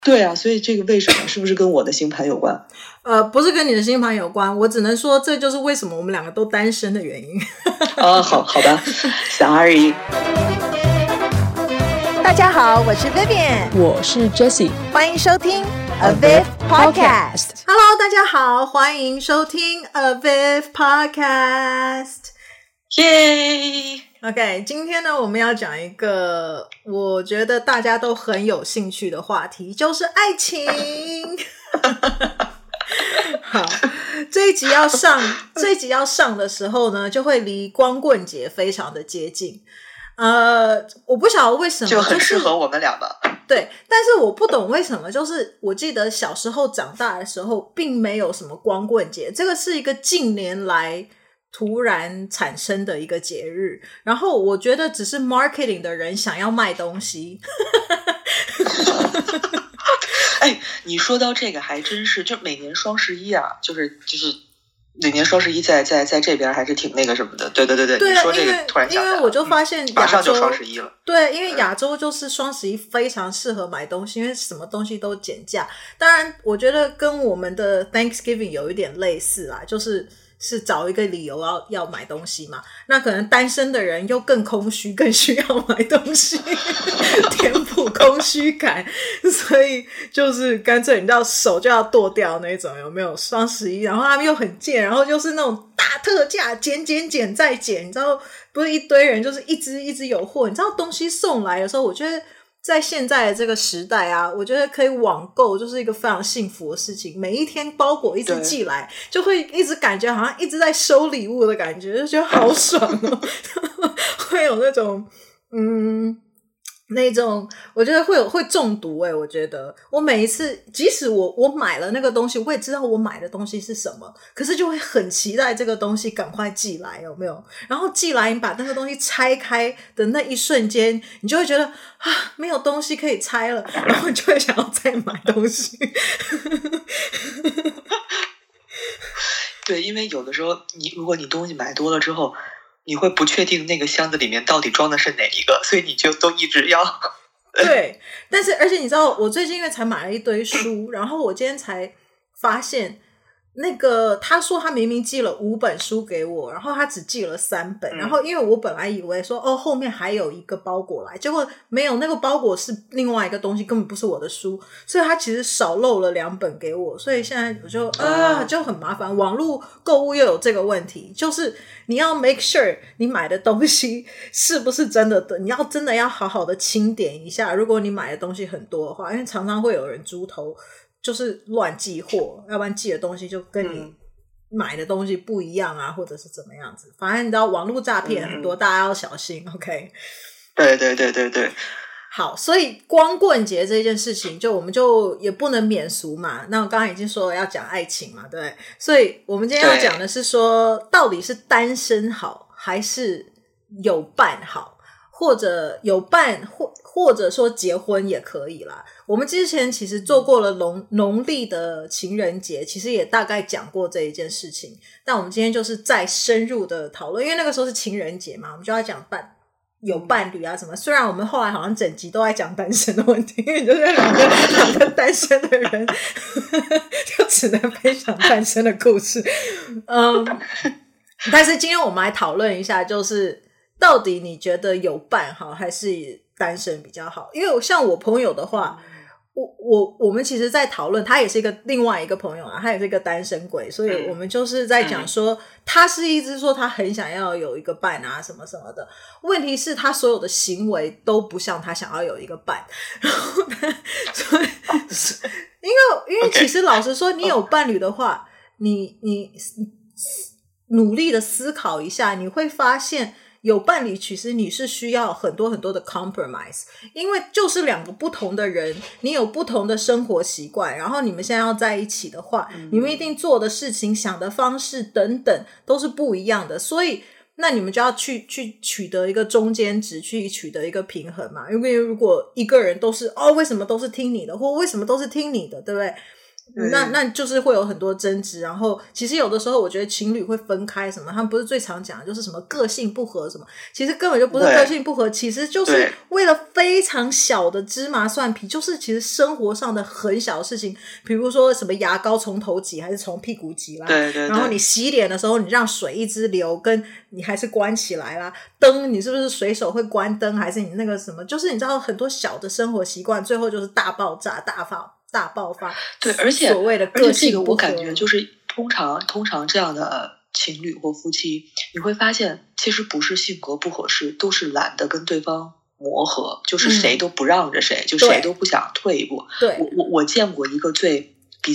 对啊，所以这个为什么是不是跟我的星盘有关？ 不是跟你的星盘有关，我只能说这就是为什么我们两个都单身的原因。 好的 ，Sorry。 大家好，我是 Vivian， 我是 Jessie， 欢迎收听 Aviv Podcast。Hello， 大家好，欢迎收听 Aviv Podcast。 耶！ OK， 今天呢，我们要讲一个我觉得大家都很有兴趣的话题，就是爱情。好，这一集要上的时候呢，就会离光棍节非常的接近。我不晓得为什么， 就很适合我们俩吧。 对，但是我不懂为什么，就是我记得小时候长大的时候，并没有什么光棍节，这个是一个近年来突然产生的一个节日，然后我觉得只是 marketing 的人想要卖东西。 哎，你说到这个还真是，就每年双十一啊，就是每年双十一在这边还是挺那个什么的。对， 对， 你说这个突然想起来， 因为我就发现马上就双十一了。 对，因为亚洲就是双十一非常适合买东西，因为什么东西都减价。当然，我觉得跟我们的 Thanksgiving 有一点类似啦，就是找一个理由要买东西嘛。那可能单身的人又更空虚，更需要买东西，填补空虚感，所以就是干脆你知道手就要剁掉那种，有没有？双十一，然后他们又很贱，然后就是那种大特价，减再减，你知道，不是一堆人就是一直有货。你知道东西送来的时候，我觉得在现在的这个时代啊，我觉得可以网购就是一个非常幸福的事情。每一天包裹一直寄来，就会一直感觉好像一直在收礼物的感觉，就觉得好爽哦。会有那种那种我觉得会中毒我觉得我每一次即使我买了那个东西，我也知道我买的东西是什么，可是就会很期待这个东西赶快寄来，有没有？然后寄来你把那个东西拆开的那一瞬间，你就会觉得没有东西可以拆了，然后你就会想要再买东西。 对，因为有的时候如果你东西买多了之后，你会不确定那个箱子里面到底装的是哪一个，所以你就都一直要对，但是而且你知道我最近因为才买了一堆书，然后我今天才发现那个他说他明明寄了5本书给我，然后他只寄了3本，然后因为我本来以为说后面还有一个包裹来，结果没有，那个包裹是另外一个东西，根本不是我的书，所以他其实少漏了2本给我，所以现在我就很麻烦。网络购物又有这个问题，就是你要 make sure 你买的东西是不是真的，你要真的要好好的清点一下，如果你买的东西很多的话，因为常常会有人猪头就是乱寄货，要不然寄的东西就跟你买的东西不一样啊，或者是怎么样子。反正你知道网络诈骗很多，大家要小心。OK， 对。 好，所以光棍节这件事情，我们就也不能免俗嘛。那我刚刚已经说了要讲爱情嘛，对，所以我们今天要讲的是说，到底是单身好还是有伴好，或者有伴或者说结婚也可以啦。我们之前其实做过了农历的情人节，其实也大概讲过这一件事情，但我们今天就是再深入的讨论，因为那个时候是情人节嘛，我们就要讲有伴侣啊什么。虽然我们后来好像整集都在讲单身的问题，因为就是两个单身的人就只能分享单身的故事。但是今天我们来讨论一下，就是到底你觉得有伴好还是单身比较好？因为像我朋友的话，我们其实在讨论，他也是另外一个朋友啊，他也是一个单身鬼，所以我们就是在讲说，他是一直说他很想要有一个伴啊什么什么的，问题是他所有的行为都不像他想要有一个伴，然后呢，所以因为其实老实说，你有伴侣的话，你努力的思考一下，你会发现有伴侣其实你是需要很多很多的 compromise， 因为就是2个不同的人，你有不同的生活习惯，然后你们现在要在一起的话，你们一定做的事情、想的方式等等都是不一样的，所以那你们就要去取得一个中间值，去取得一个平衡嘛。因为如果一个人都是为什么都是听你的，或为什么都是听你的，对不对？ 那就是会有很多争执，然后其实有的时候我觉得情侣会分开什么，他们不是最常讲的就是什么个性不合什么，其实根本就不是个性不合，其实就是为了非常小的芝麻蒜皮，就是其实生活上的很小的事情，比如说什么牙膏从头挤还是从屁股挤啦， 对， 然后你洗脸的时候你让水一直流，跟你还是关起来啦，灯你是不是随手会关灯，还是你那个什么，就是你知道很多小的生活习惯最后就是大爆炸大爆发。 对，而且所谓的个性不合， 我感觉就是通常这样的情侣或夫妻，你会发现其实不是性格不合适，都是懒得跟对方磨合，就是谁都不让着谁，就谁都不想退一步。 对， 我见过一个最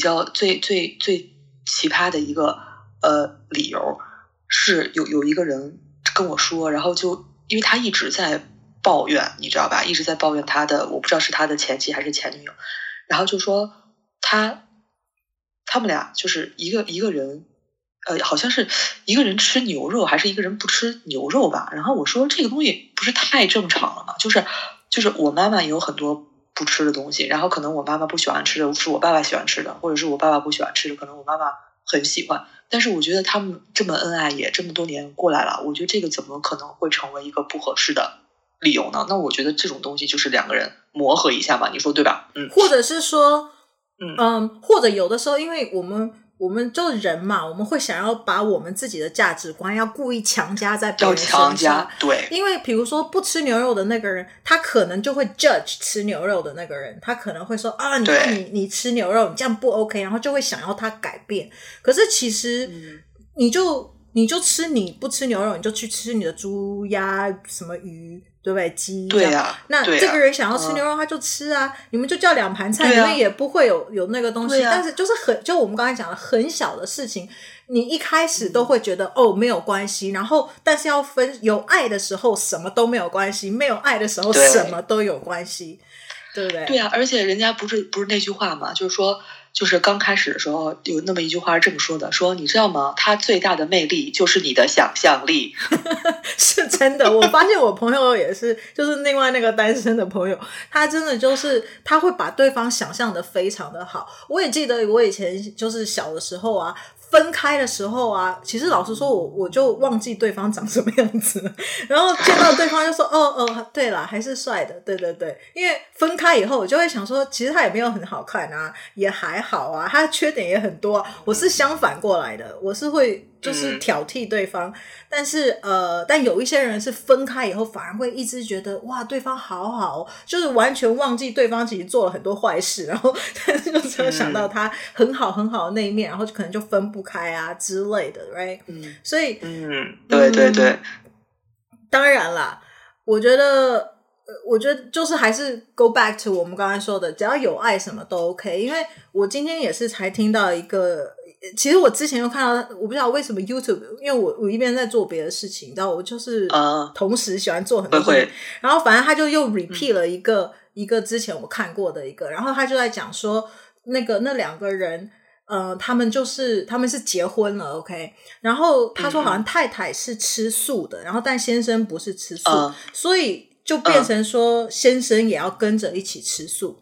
奇葩的一个理由是有一个人跟我说，然后就因为他一直在抱怨，你知道吧，一直在抱怨他的，我不知道是他的前妻还是前女友。然后就说他们俩就是一个人，好像是一个人吃牛肉，还是一个人不吃牛肉吧。然后我说这个东西不是太正常了吗？就是我妈妈也有很多不吃的东西，然后可能我妈妈不喜欢吃的是我爸爸喜欢吃的，或者是我爸爸不喜欢吃的，可能我妈妈很喜欢。但是我觉得他们这么恩爱也这么多年过来了，我觉得这个怎么可能会成为一个不合适的理由呢？那我觉得这种东西就是两个人磨合一下嘛，你说对吧？ 或者是说，或者有的时候，因为我们就是人嘛，我们会想要把我们自己的价值观要故意强加在别人身上， 对。 因为比如说不吃牛肉的那个人，他可能就会 judge 吃牛肉的那个人，他可能会说啊，你看你吃牛肉，你这样不 OK， 然后就会想要他改变。可是其实你就吃你不吃牛肉，你就去吃你的猪鸭什么鱼，对不对？鸡， 对啊， 那这个人想要吃牛肉，他就吃啊。你们就叫2盘菜，你们也不会有那个东西。但是就是就我们刚才讲的很小的事情，你一开始都会觉得没有关系，然后但是要分有爱的时候什么都没有关系，没有爱的时候什么都有关系，对不对？ 对啊，而且人家不是那句话嘛，就是说。就是刚开始的时候有那么一句话是这么说的，说你知道吗？他最大的魅力就是你的想象力。 是真的，我发现我朋友也是，就是另外那个单身的朋友，他真的就是他会把对方想象的非常的好。我也记得我以前就是小的时候啊，分开的时候啊，其实老实说我就忘记对方长什么样子了，然后见到对方就说对啦，还是帅的，对对对。因为分开以后我就会想说，其实他也没有很好看啊，也还好啊，他的缺点也很多啊。我是相反过来的，我是会就是挑剔对方，但是但有一些人是分开以后反而会一直觉得哇对方好好，就是完全忘记对方其实做了很多坏事，然后但是就只有想到他很好很好的那一面，然后可能就分不开啊之类的 right？ 所以对对对， 当然啦，我觉得就是还是 go back to 我们刚才说的，只要有爱什么都 OK。 因为我今天也是才听到一个，其实我之前又看到，我不知道为什么 YouTube， 因为我一边在做别的事情，你知道我就是同时喜欢做很多事情，然后反正他就又 repeat 了一个之前我看过的一个，然后他就在讲说那两个人他们是结婚了 OK， 然后他说好像太太是吃素的，然后但先生不是吃素，所以就变成说先生也要跟着一起吃素，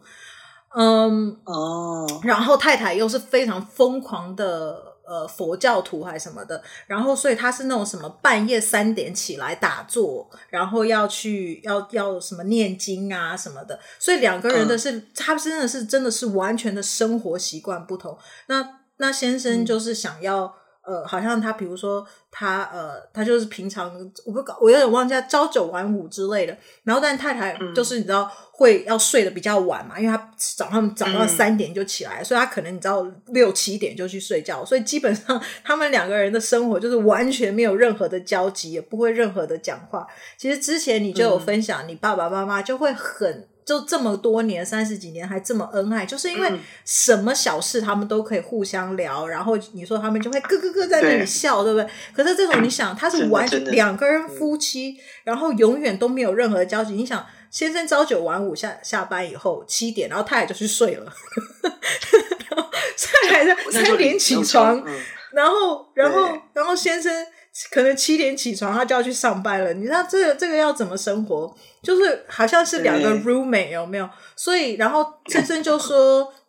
然后太太又是非常疯狂的佛教徒还是什么的，然后所以他是那种什么半夜3点起来打坐，然后要什么念经啊什么的，所以两个人的是他真的是完全的生活习惯不同。那先生就是想要好像他比如说他就是平常我有点忘记他朝9晚5之类的，然后但太太就是你知道会要睡得比较晚嘛，因为他早上3点就起来，所以他可能你知道6、7点就去睡觉，所以基本上他们两个人的生活就是完全没有任何的交集，也不会任何的讲话。其实之前你就有分享你爸爸妈妈就会就这么多年30几年还这么恩爱，就是因为什么小事他们都可以互相聊，然后你说他们就会咯在那里笑，对不对？可是这种你想他是完全两个人夫妻，然后永远都没有任何的交集。你想先生朝9晚5下班以后7点，然后太太就去睡了然后太太3点起床，然后先生可能7点起床，他就要去上班了。你知道这个要怎么生活？就是好像是两个 roommate 有没有？所以然后先生就说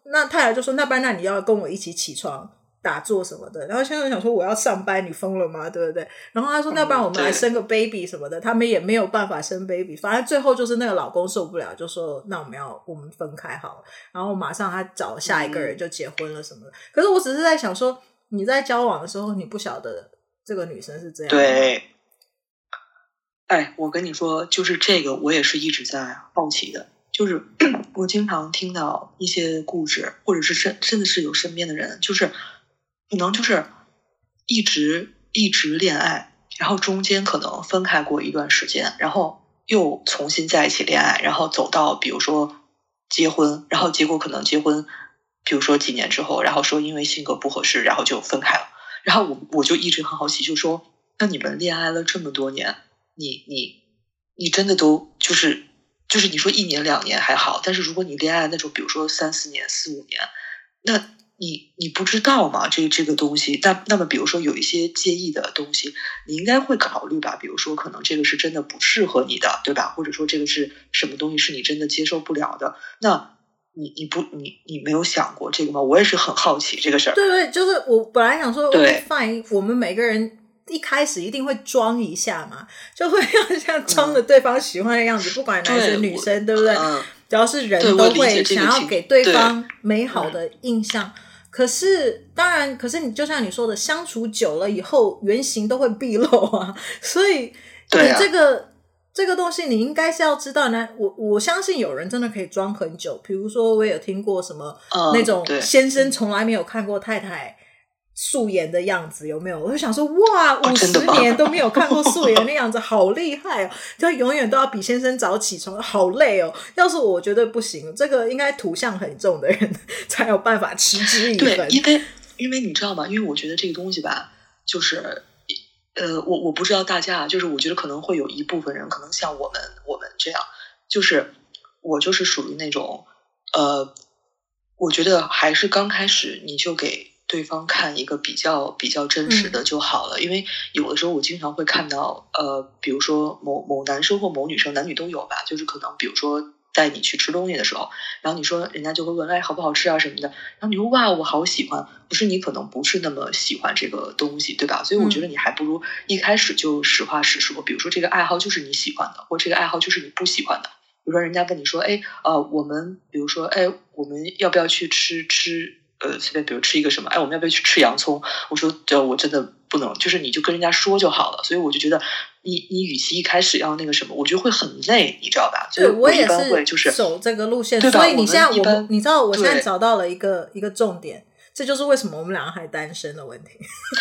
那太太就说那不然那你要跟我一起起床打坐什么的，然后先生想说我要上班，你疯了吗？对不对？然后他说那不然我们来生个 baby 什么的，他们也没有办法生 baby， 反正最后就是那个老公受不了，就说那我们分开好了，然后马上他找下一个人就结婚了什么的。可是我只是在想说你在交往的时候你不晓得这个女生是这样的。 对，哎，我跟你说就是这个我也是一直在好奇的，就是我经常听到一些故事，或者是甚至是有身边的人，就是可能就是一直恋爱，然后中间可能分开过一段时间，然后又重新在一起恋爱，然后走到比如说结婚，然后结果可能结婚比如说几年之后，然后说因为性格不合适，然后就分开了。然后我就一直很好奇，就说那你们恋爱了这么多年，你真的都就是你说1年2年还好，但是如果你恋爱那种比如说3、4年、4、5年，那你不知道吗？这个东西，那么比如说有一些介意的东西，你应该会考虑吧？比如说可能这个是真的不适合你的，对吧？或者说这个是什么东西是你真的接受不了的？那你没有想过这个吗？我也是很好奇这个事儿。 对对，就是我本来想说 OK fine， 我们每个人一开始一定会装一下嘛，就会像装着对方喜欢的样子，不管男生女生，对不对？只要是人都会想要给对方美好的印象。可是当然，可是你就像你说的，相处久了以后原形都会毕露啊，所以你这个东西你应该是要知道呢。我相信有人真的可以装很久，比如说我有听过什么那种先生从来没有看过太太素颜的样子，有没有？我就想说哇，50年都没有看过素颜的样子，好厉害哦！就永远都要比先生早起床，好累哦。要是我觉得不行，这个应该土象很重的人才有办法持之以恒。 对，因为你知道吗？因为我觉得这个东西吧，就是我不知道大家，就是我觉得可能会有一部分人，可能像我们这样，就是我就是属于那种我觉得还是刚开始你就给对方看一个比较真实的就好了。因为有的时候我经常会看到比如说某男生或某女生，男女都有吧，就是可能比如说带你去吃东西的时候，然后你说人家就会问哎好不好吃啊什么的，然后你说哇我好喜欢，可是你可能不是那么喜欢这个东西，对吧？所以我觉得你还不如一开始就实话实说，比如说这个爱好就是你喜欢的，或这个爱好就是你不喜欢的。比如说人家问你说哎我们比如说哎我们要不要去吃随便比如吃一个什么，哎我们要不要去吃洋葱，我说我真的不能，就是你就跟人家说就好了。所以我就觉得你与其一开始要那个什么，我觉得会很累，你知道吧？ 对， 我也是走这个路线。所以你现在你知道我现在找到了一个重点，这就是为什么我们两个还单身的问题。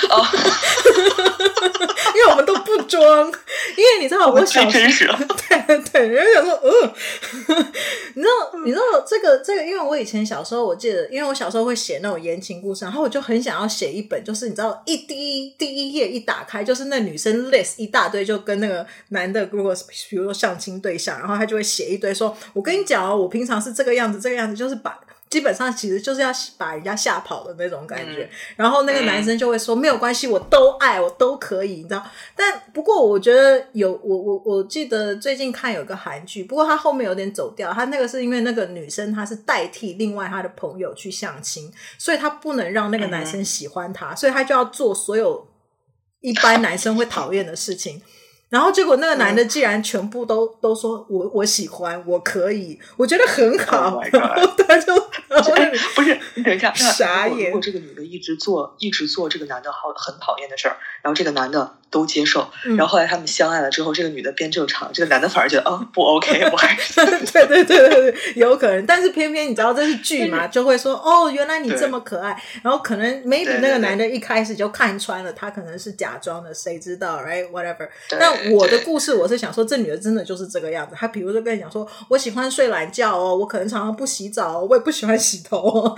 因为我们都不装，因为你知道我小时候对，人家想说你知道这个，因为我以前小时候我记得，因为我小时候会写那种言情故事，然后我就很想要写一本，就是你知道第一页一打开就是那女生 list 一大堆，就跟那个男的如果比如说相亲对象，然后他就会写一堆说我跟你讲哦，我平常是这个样子，就是基本上其实就是要把人家吓跑的那种感觉。然后那个男生就会说没有关系，我都爱，我都可以，你知道。但不过我觉得我记得最近看有个韩剧，不过他后面有点走掉，他那个是因为那个女生她是代替另外她的朋友去相亲，所以她不能让那个男生喜欢她，所以她就要做所有一般男生会讨厌的事情。然后结果那个男的既然全部都说我喜欢，我可以，我觉得很好。他就不是你等一下， 傻眼。 如果这个女的一直做这个男的很讨厌的事儿，然后这个男的都接受，然后后来他们相爱了之后，这个女的变正常，这个男的反而觉得不 OK， 我还是对，有可能。但是偏偏你知道这是剧嘛，就会说原来你这么可爱，然后可能 maybe 那个男的一开始就看穿了，他可能是假装的，谁知道 right whatever。但我的故事我是想说，这女的真的就是这个样子。她比如说跟你讲说，我喜欢睡懒觉哦，我可能常常不洗澡哦，我也不喜欢洗头哦，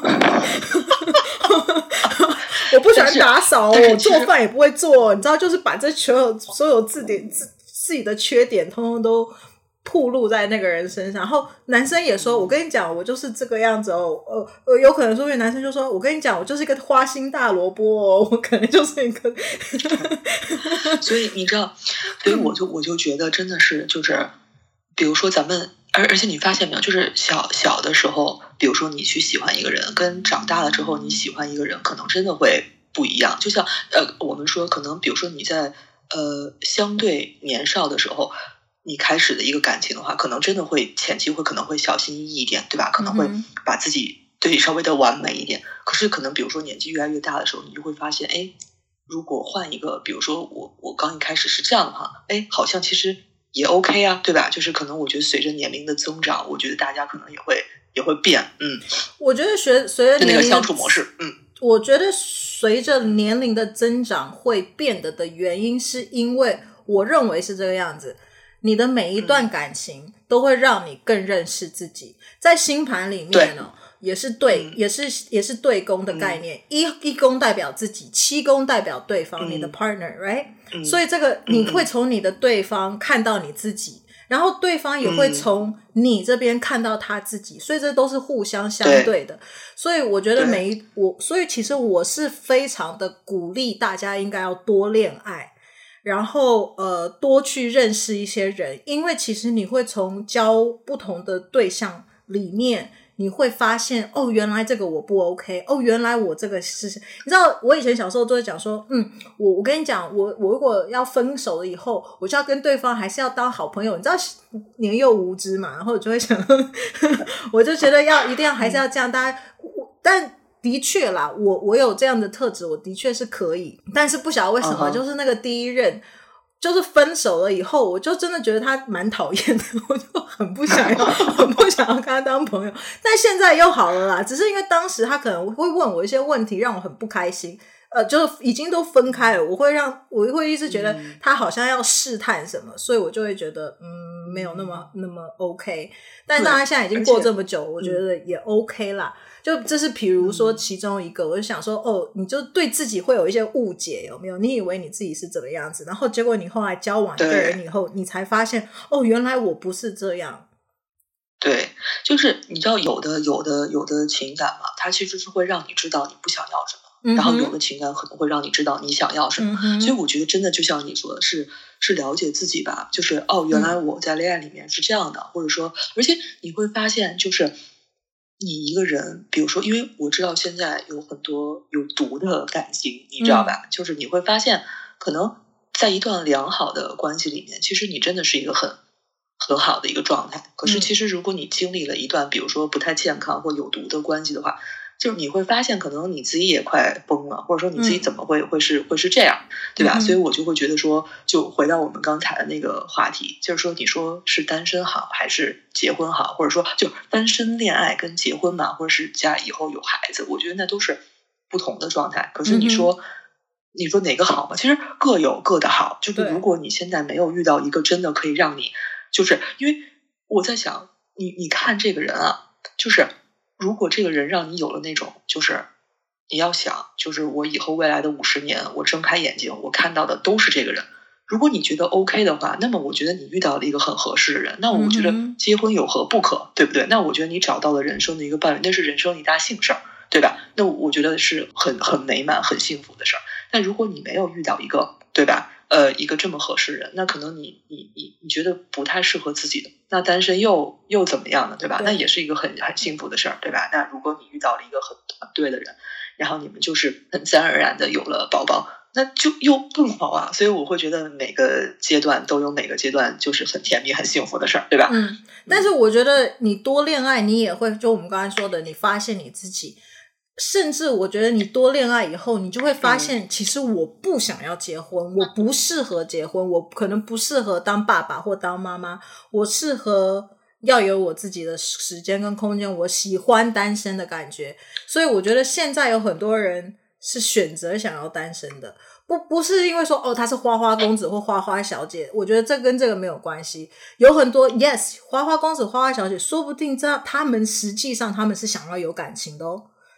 我不喜欢打扫哦，我做饭也不会做，你知道，就是把这所有自己的缺点通通都暴露在那个人身上。然后男生也说我跟你讲我就是这个样子哦，有可能说因为男生就说我跟你讲我就是一个花心大萝卜哦，我可能就是一个所以你知道，所以我就觉得真的是就是比如说咱们而且你发现没有，就是小的时候，比如说你去喜欢一个人，跟长大了之后你喜欢一个人，可能真的会不一样。就像我们说，可能比如说你在相对年少的时候，你开始的一个感情的话，可能真的会前期可能会小心翼翼一点，对吧？可能会把自己对稍微的完美一点。可是可能比如说年纪越来越大的时候，你就会发现，哎，如果换一个，比如说我刚一开始是这样的话，哎，好像其实也 OK 啊，对吧？就是可能我觉得随着年龄的增长，我觉得大家可能也会变， 我觉得随着年龄那个相处模式， 我觉得随着年龄的增长会变得的原因，是因为我认为是这个样子。你的每一段感情都会让你更认识自己，在星盘里面呢，也是也是对宫的概念，一宫代表自己，7宫代表对方，你的 partner right，所以这个你会从你的对方看到你自己，然后对方也会从你这边看到他自己，所以这都是互相相对的。所以我觉得所以其实我是非常的鼓励大家应该要多恋爱，然后多去认识一些人，因为其实你会从交不同的对象里面，你会发现哦，原来这个我不 OK， 哦，原来我这个是，你知道我以前小时候都会讲说，我跟你讲，我如果要分手了以后，我就要跟对方还是要当好朋友，你知道年幼无知嘛，然后我就会想我就觉得一定要还是要这样，大家但的确啦，我有这样的特质，我的确是可以，但是不晓得为什么，就是那个第一任就是分手了以后，我就真的觉得他蛮讨厌的，我就很不想要跟他当朋友。但现在又好了啦，只是因为当时他可能会问我一些问题，让我很不开心。就是已经都分开了，我会一直觉得他好像要试探什么，所以我就会觉得没有那么 OK。但当然现在已经过这么久，我觉得也 OK 啦。就这是比如说其中一个，我就想说你就对自己会有一些误解，有没有？你以为你自己是怎么样子，然后结果你后来交往一个人以后，你才发现原来我不是这样。对， 就是你知道有的情感嘛，它其实是会让你知道你不想要什么，然后有的情感可能会让你知道你想要什么，所以我觉得真的就像你说的是了解自己吧，就是原来我在恋爱里面是这样的，或者说而且你会发现就是你一个人，比如说因为我知道现在有很多有毒的感情，你知道吧，就是你会发现可能在一段良好的关系里面，其实你真的是一个很好的一个状态，可是其实如果你经历了一段比如说不太健康或有毒的关系的话，就是你会发现可能你自己也快崩了，或者说你自己怎么会是这样，对吧？所以我就会觉得说，就回到我们刚才的那个话题，就是说你说是单身好还是结婚好，或者说就单身恋爱跟结婚嘛，或者是家以后有孩子，我觉得那都是不同的状态。可是你说哪个好嘛？其实各有各的好，就是如果你现在没有遇到一个真的可以让你，就是因为我在想你看这个人啊，就是如果这个人让你有了那种，就是你要想，就是我以后未来的50年，我睁开眼睛，我看到的都是这个人。如果你觉得 OK 的话，那么我觉得你遇到了一个很合适的人，那我觉得结婚有何不可，对不对？那我觉得你找到了人生的一个伴侣，那是人生一大幸事儿，对吧？那我觉得是很美满、很幸福的事儿。但如果你没有遇到一个，对吧？一个这么合适的人，那可能你觉得不太适合自己的，那单身又怎么样呢？对吧？那也是一个很幸福的事儿，对吧？那如果你遇到了一个很对的人，然后你们就是很自然而然的有了宝宝，那就又更好啊！所以我会觉得每个阶段都有每个阶段就是很甜蜜、很幸福的事儿，对吧？ 但是我觉得你多恋爱，你也会就我们刚才说的，你发现你自己。甚至我觉得你多恋爱以后，你就会发现其实我不想要结婚，我不适合结婚，我可能不适合当爸爸或当妈妈，我适合要有我自己的时间跟空间，我喜欢单身的感觉。所以我觉得现在有很多人是选择想要单身的，不是因为说他是花花公子或花花小姐，我觉得这跟这个没有关系。有很多 yes 花花公子花花小姐，说不定他们实际上他们是想要有感情的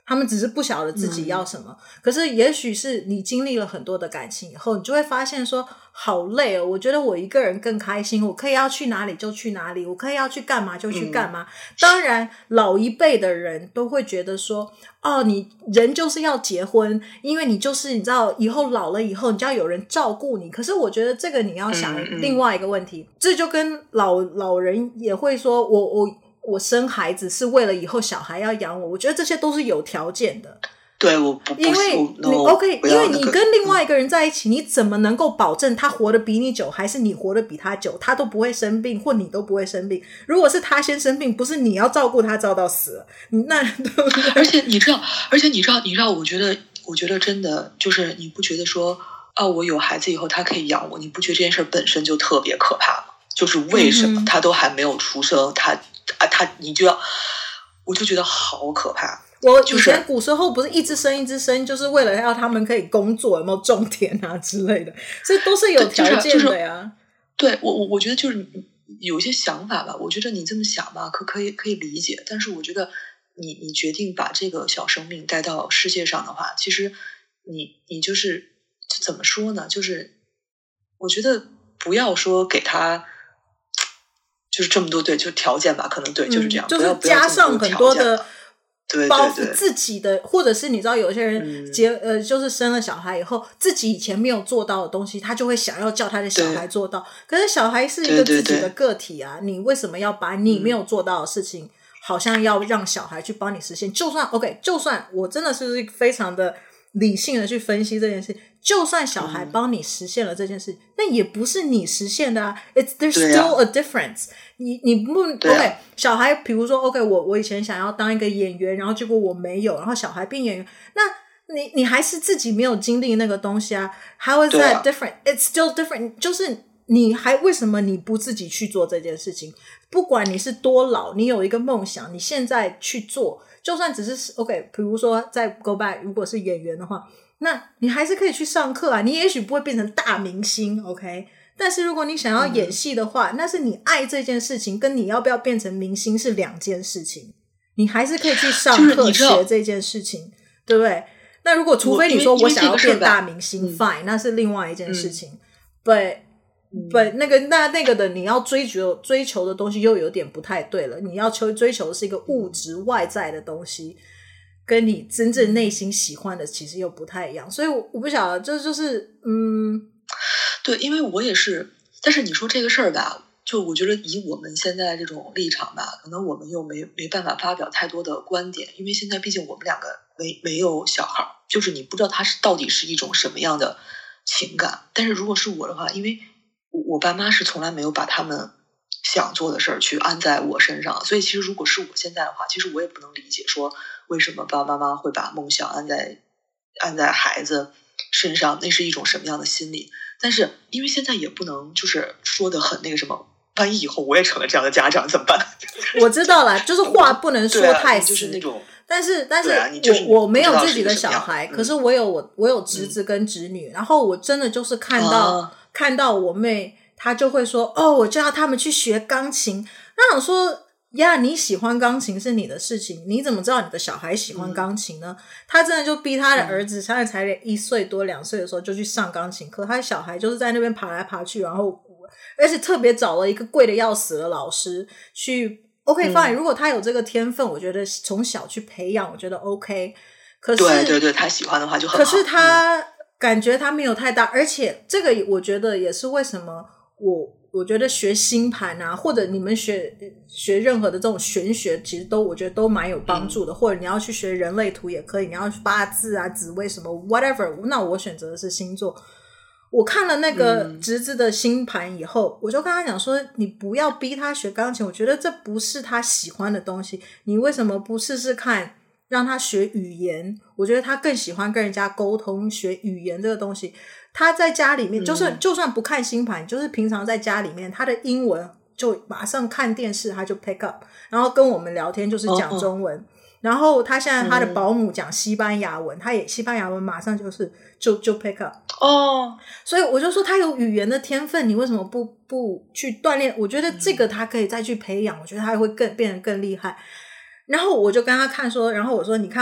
他们只是不晓得自己要什么。可是也许是你经历了很多的感情以后，你就会发现说好累哦，我觉得我一个人更开心，我可以要去哪里就去哪里，我可以要去干嘛就去干嘛。当然老一辈的人都会觉得说你人就是要结婚，因为你就是你知道以后老了以后你就要有人照顾你。可是我觉得这个你要想另外一个问题，这就跟老人也会说我生孩子是为了以后小孩要养我觉得这些都是有条件的。 对，我不因为你 OK， 因为你跟另外一个人在一起，你怎么能够保证他活得比你久，还是你活得比他久，他都不会生病，或你都不会生病？如果是他先生病，不是你要照顾他照到死了，那对不对？ 而且你知道，我觉得真的就是你不觉得说我有孩子以后他可以养我，你不觉得这件事本身就特别可怕吗？就是为什么他都还没有出生，你就要，我就觉得好可怕。 我以前古时候不是一直生一直生，就是为了要他们可以工作，有没有种田啊之类的，所以都是有条件的呀。 对，我觉得就是有一些想法吧，我觉得你这么想吧，可以理解。但是我觉得你决定把这个小生命带到世界上的话，其实你就是怎么说呢？就是我觉得不要说给他就是这么多就条件吧，可能对就是这样， 就是加上很多的。包袱自己的，或者是你知道有些人就是生了小孩以后，自己以前没有做到的东西，他就会想要叫他的小孩做到。可是小孩是一个自己的个体啊，你为什么要把你没有做到的事情，好像要让小孩去帮你实现？就算 OK， 就算我真的是非常的理性的去分析这件事，就算小孩帮你实现了这件事，那也不是你实现的啊。There's still a difference。你不 OK， 小孩比如说 OK， 我以前想要当一个演员，然后结果我没有，然后小孩变演员，那你还是自己没有经历那个东西啊。How is that different? It's still different。就是你还为什么你不自己去做这件事情？不管你是多老，你有一个梦想，你现在去做，就算只是 OK， 比如说再 go back， 如果是演员的话，那你还是可以去上课啊。你也许不会变成大明星 OK，但是如果你想要演戏的话，那是你爱这件事情跟你要不要变成明星是两件事情。你还是可以去上课学这件事情，对不对？那如果除非你说我想要变大明星 fine， 那是另外一件事情。But 那个的你要追求的东西又有点不太对了。你要追求的是一个物质外在的东西，跟你真正内心喜欢的其实又不太一样。所以我不晓得，就是对，因为我也是，但是你说这个事儿吧，就我觉得以我们现在这种立场吧，可能我们又没办法发表太多的观点，因为现在毕竟我们两个没有小孩，就是你不知道他到底是一种什么样的情感。但是如果是我的话，因为我爸妈是从来没有把他们想做的事儿去安在我身上，所以其实如果是我现在的话，其实我也不能理解说为什么爸爸妈妈会把梦想安在孩子身上，那是一种什么样的心理。但是因为现在也不能就是说的很那个什么，万一以后我也成了这样的家长怎么办？ 我知道了，就是话不能说太死， 就是那种。 但是我没有自己的小孩，可是我有侄子跟侄女，然后我真的就是看到我妹，她就会说我就要他们去学钢琴。那我说你喜欢钢琴是你的事情，你怎么知道你的小孩喜欢钢琴呢？他真的就逼他的儿子，他才1岁多2岁的时候就去上钢琴课，他的小孩就是在那边爬来爬去，然后而且特别找了一个贵的要死的老师去 OK fine， 如果他有这个天分，我觉得从小去培养我觉得 OK。 可是对，他喜欢的话就很好。 可是他感觉他没有太大，而且这个我觉得也是为什么我觉得学星盘啊，或者你们学任何的这种玄学，其实我觉得都蛮有帮助的。或者你要去学人类图也可以，你要八字啊、紫微什么 whatever， 那我选择的是星座。我看了那个侄子的星盘以后，我就跟他讲说，你不要逼他学钢琴，我觉得这不是他喜欢的东西，你为什么不试试看让他学语言？我觉得他更喜欢跟人家沟通，学语言这个东西。他在家里面就算不看星盘，就是平常在家里面，他的英文就马上看电视他就 pick up， 然后跟我们聊天就是讲中文。然后他现在他的保姆讲西班牙文，他也西班牙文马上就 pick up。所以我就说他有语言的天分，你为什么不去锻炼？我觉得这个他可以再去培养，我觉得他会变得更厉害。然后我就跟他看说，然后我说你看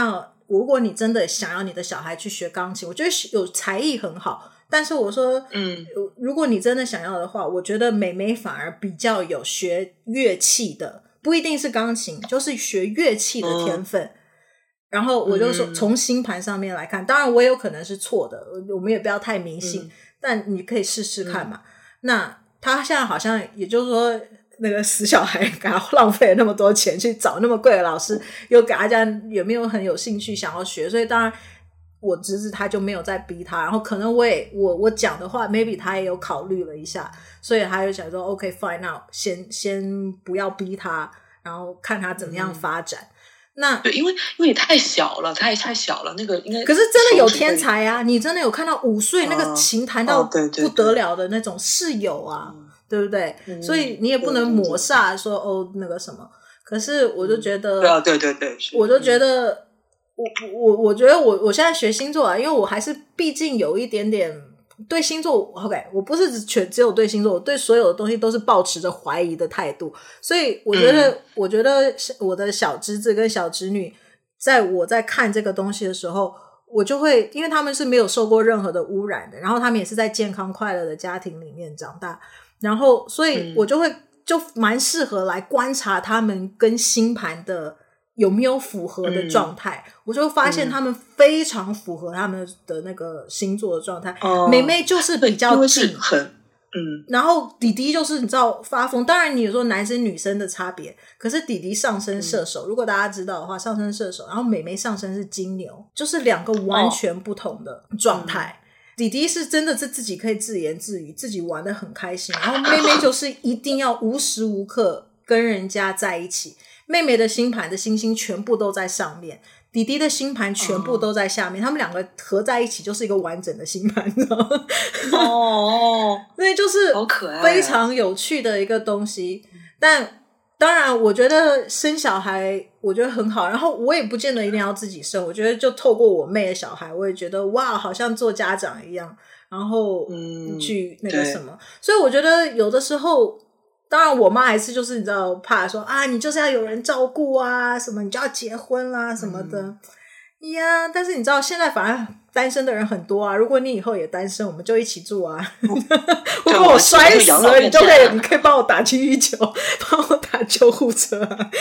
如果你真的想要你的小孩去学钢琴，我觉得有才艺很好，但是我说如果你真的想要的话，我觉得妹妹反而比较有学乐器的，不一定是钢琴，就是学乐器的天分。然后我就说从星盘上面来看，当然我也有可能是错的，我们也不要太迷信，但你可以试试看嘛。那他现在好像也就是说那个死小孩给他浪费了那么多钱去找那么贵的老师，又给他家有没有很有兴趣想要学，所以当然我侄子他就没有再逼他，然后可能我讲的话 maybe 他也有考虑了一下，所以他就想说 OK fine now 先不要逼他，然后看他怎么样发展。那对，因为也太小了，太小了，那个应该。 可是真的有天才啊！你真的有看到5岁那个琴弹到不得了的那种是有啊，对不对？所以你也不能抹煞说哦那个什么。可是我就觉得， 对， 我就觉得我觉得我现在学星座啊，因为我还是毕竟有一点点。对星座 OK 我不是只有对星座，我对所有的东西都是抱持着怀疑的态度，所以我觉得我的小侄子跟小侄女在我在看这个东西的时候，我就会因为他们是没有受过任何的污染的，然后他们也是在健康快乐的家庭里面长大，然后所以我就蛮适合来观察他们跟星盘的有没有符合的状态，我就发现他们非常符合他们的那个星座的状态。妹妹就是比较静，然后弟弟就是你知道发疯。当然你有说男生女生的差别，可是弟弟上升射手，如果大家知道的话，上升射手，然后妹妹上升是金牛，就是2个完全不同的状态。弟弟是真的是自己可以自言自语，自己玩得很开心，然后妹妹就是一定要无时无刻跟人家在一起。妹妹的星盘的星星全部都在上面，弟弟的星盘全部都在下面，他们2个合在一起就是一个完整的星盘，你知道吗？所以就是非常有趣的一个东西。但当然我觉得生小孩我觉得很好，然后我也不见得一定要自己生，我觉得就透过我妹的小孩，我也觉得哇好像做家长一样，然后去那个什么，所以我觉得有的时候当然我妈还是就是你知道怕说啊你就是要有人照顾啊什么你就要结婚啦什么的呀，但是你知道现在反而单身的人很多啊，如果你以后也单身我们就一起住啊如果我摔死了你可以帮我打119帮我打救护车啊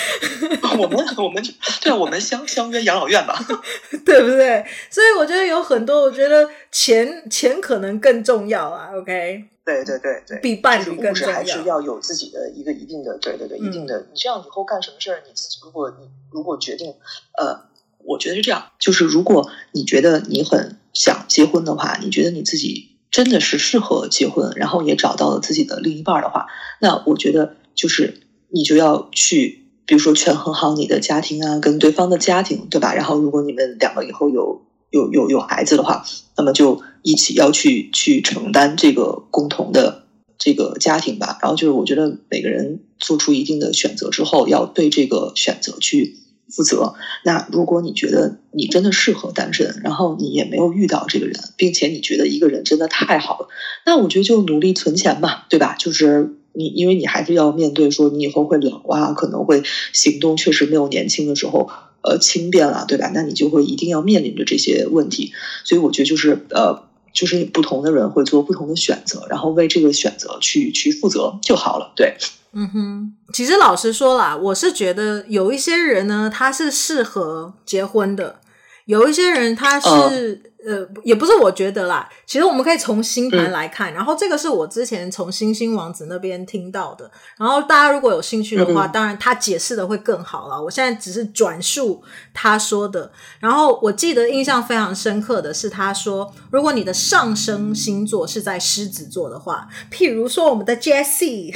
我们相约养老院吧对不对？所以我觉得有很多我觉得钱可能更重要啊 OK 对， 比伴侣更重要， 还是要有自己的一个一定的一定的，你这样以后干什么事儿，你自己如果决定我觉得是这样，就是如果你觉得你很想结婚的话，你觉得你自己真的是适合结婚，然后也找到了自己的另一半的话，那我觉得就是你就要去比如说权衡好你的家庭啊跟对方的家庭，对吧？然后如果你们2个以后有孩子的话，那么就一起要去承担这个共同的这个家庭吧。然后就是我觉得每个人做出一定的选择之后，要对这个选择去负责。那如果你觉得你真的适合单身，然后你也没有遇到这个人，并且你觉得一个人真的太好了，那我觉得就努力存钱嘛，对吧？就是因为你还是要面对说你以后会老啊，可能会行动确实没有年轻的时候轻便了，对吧？那你就会一定要面临着这些问题。所以我觉得就是不同的人会做不同的选择，然后为这个选择去负责就好了。对， 其实老实说啦，我是觉得有一些人呢，他是适合结婚的，有一些人他是也不是我觉得啦，其实我们可以从星盘来看，然后这个是我之前从星星王子那边听到的，然后大家如果有兴趣的话，当然他解释的会更好啦，我现在只是转述他说的。然后我记得印象非常深刻的是他说，如果你的上升星座是在狮子座的话，譬如说我们的 Jessie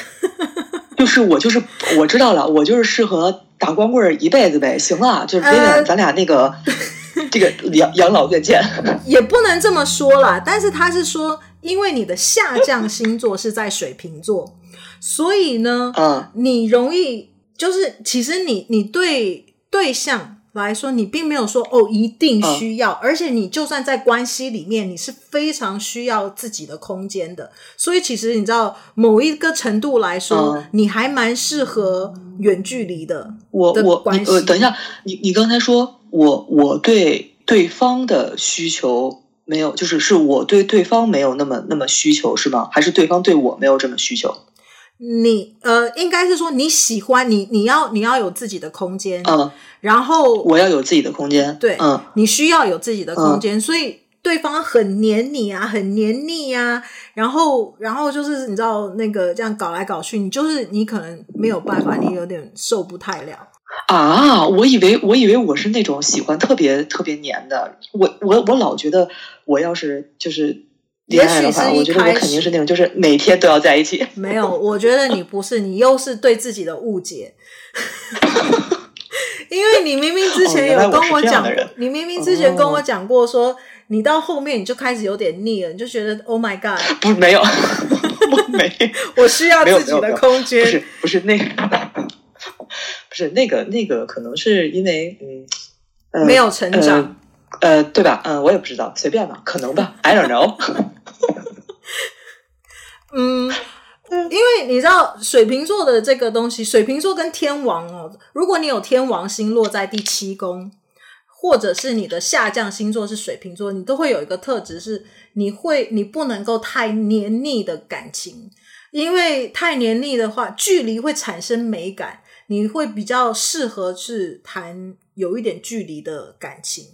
我知道了，我就是适合打光棍一辈子呗，行了，就是咱俩那个这个养老院见也不能这么说啦，但是他是说因为你的下降星座是在水瓶座，所以呢你容易就是其实你对象来说你并没有说一定需要而且你就算在关系里面你是非常需要自己的空间的，所以其实你知道某一个程度来说你还蛮适合远距离的关系。 等一下，你刚才说我对对方的需求没有，是我对对方没有那么需求是吗？还是对方对我没有这么需求？ 你应该是说你喜欢你要有自己的空间，然后我要有自己的空间， 对，你需要有自己的空间，所以对方很黏你啊，很黏腻啊，然后就是你知道那个这样搞来搞去，你可能没有办法，你有点受不太了啊。我以为我是那种喜欢特别特别黏的，我老觉得我要是就是恋爱的话，我觉得我肯定是那种就是每天都要在一起。 没有，我觉得你不是，你又是对自己的误解。因为你明明之前有跟我讲，你明明之前跟我讲过说，你到后面你就开始有点腻了，你就觉得 Oh my God， 不没有，我没， 我需要自己的空间， 不是那个，不是那个，可能是因为没有成长， 对吧？我也不知道，随便吧，可能吧 ，I don't know 。 因为你知道水瓶座的这个东西，水瓶座跟天王哦，如果你有天王星落在第7宫，或者是你的下降星座是水瓶座，你都会有一个特质是你不能够太黏腻的感情，因为太黏腻的话，距离会产生美感，你会比较适合去谈有一点距离的感情。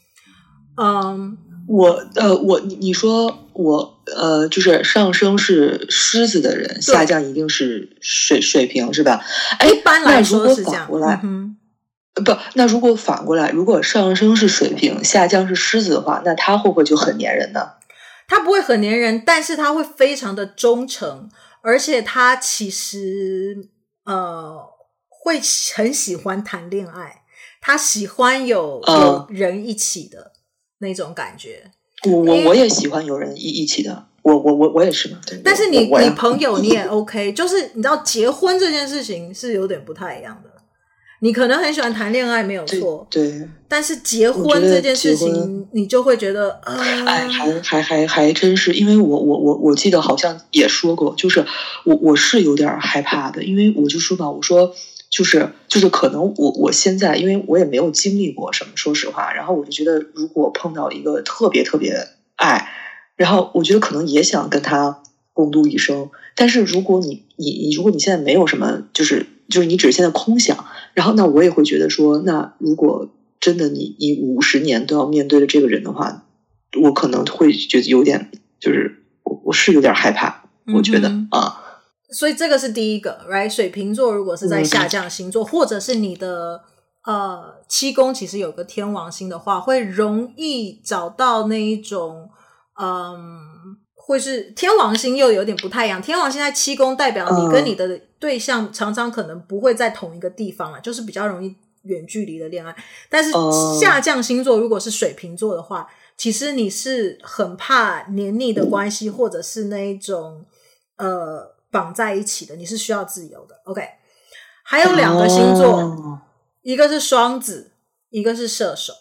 你说我就是上升是狮子的人，下降一定是水瓶是吧？ 一般来说是这样。 那如果反过来，如果上升是水瓶，下降是狮子的话，那他会不会就很黏人呢？ 他不会很黏人，但是他会非常的忠诚，而且他其实会很喜欢谈恋爱，他喜欢有人一起的那种感觉。 我也喜欢有人一起的，我也是嘛。 但是你朋友你也 OK， 就是你知道结婚这件事情是有点不太一样的。你可能很喜欢谈恋爱没有错， 对， 但是结婚这件事情你就会觉得还真是，因为我记得好像也说过，就是我是有点害怕的，因为我就说吧，我说就是可能我现在因为我也没有经历过什么，说实话，然后我就觉得如果碰到一个特别特别爱，然后我觉得可能也想跟他共度一生，但是如果你如果你现在没有什么，就是你只是现在空想，然后那我也会觉得说，那如果真的你50年都要面对的这个人的话，我可能会觉得有点就是我是有点害怕，我觉得所以这个是第一个 right。 水瓶座如果是在下降星座，或者是你的7宫其实有个天王星的话，会容易找到那一种会是天王星又有点不太一样，天王星在7宫代表你跟你的对象常常可能不会在同一个地方就是比较容易远距离的恋爱。但是下降星座如果是水瓶座的话，其实你是很怕黏腻的关系，或者是那一种绑在一起的，你是需要自由的。 OK， 还有2个星座，一个是双子，一个是射手。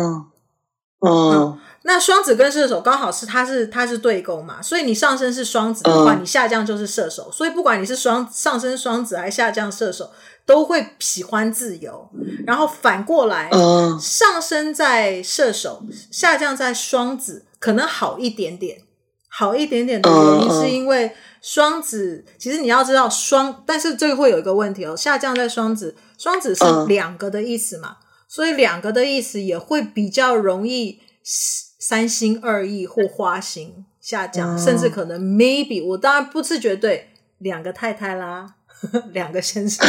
那双子跟射手刚好是它是对宫嘛，所以你上升是双子的话，你下降就是射手，所以不管你是上升双子还是下降射手，都会喜欢自由。然后反过来上升在射手，下降在双子，可能好一点点的原因是因为双子其实你要知道但是这个会有一个问题下降在双子是2个的意思嘛，所以2个的意思也会比较容易3心2意或花心下降，甚至可能 maybe 我当然不是绝对2个太太啦2个先生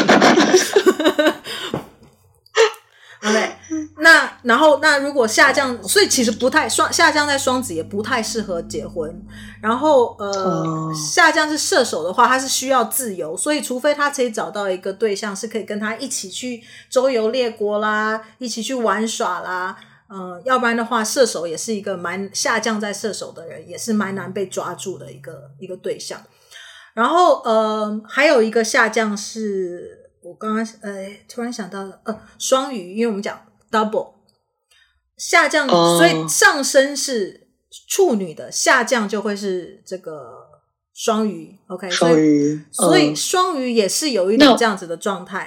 OK， 那如果下降，所以其实不太下降在双子也不太适合结婚。然后下降是射手的话，他是需要自由，所以除非他可以找到一个对象是可以跟他一起去周游列国啦，一起去玩耍啦，要不然的话射手也是一个下降在射手的人也是蛮难被抓住的一个对象。然后还有一个下降是我刚刚突然想到的双鱼，因为我们讲 double 下降，所以上升是处女的，下降就会是这个双鱼。 OK， 所以双鱼也是有一点这样子的状态。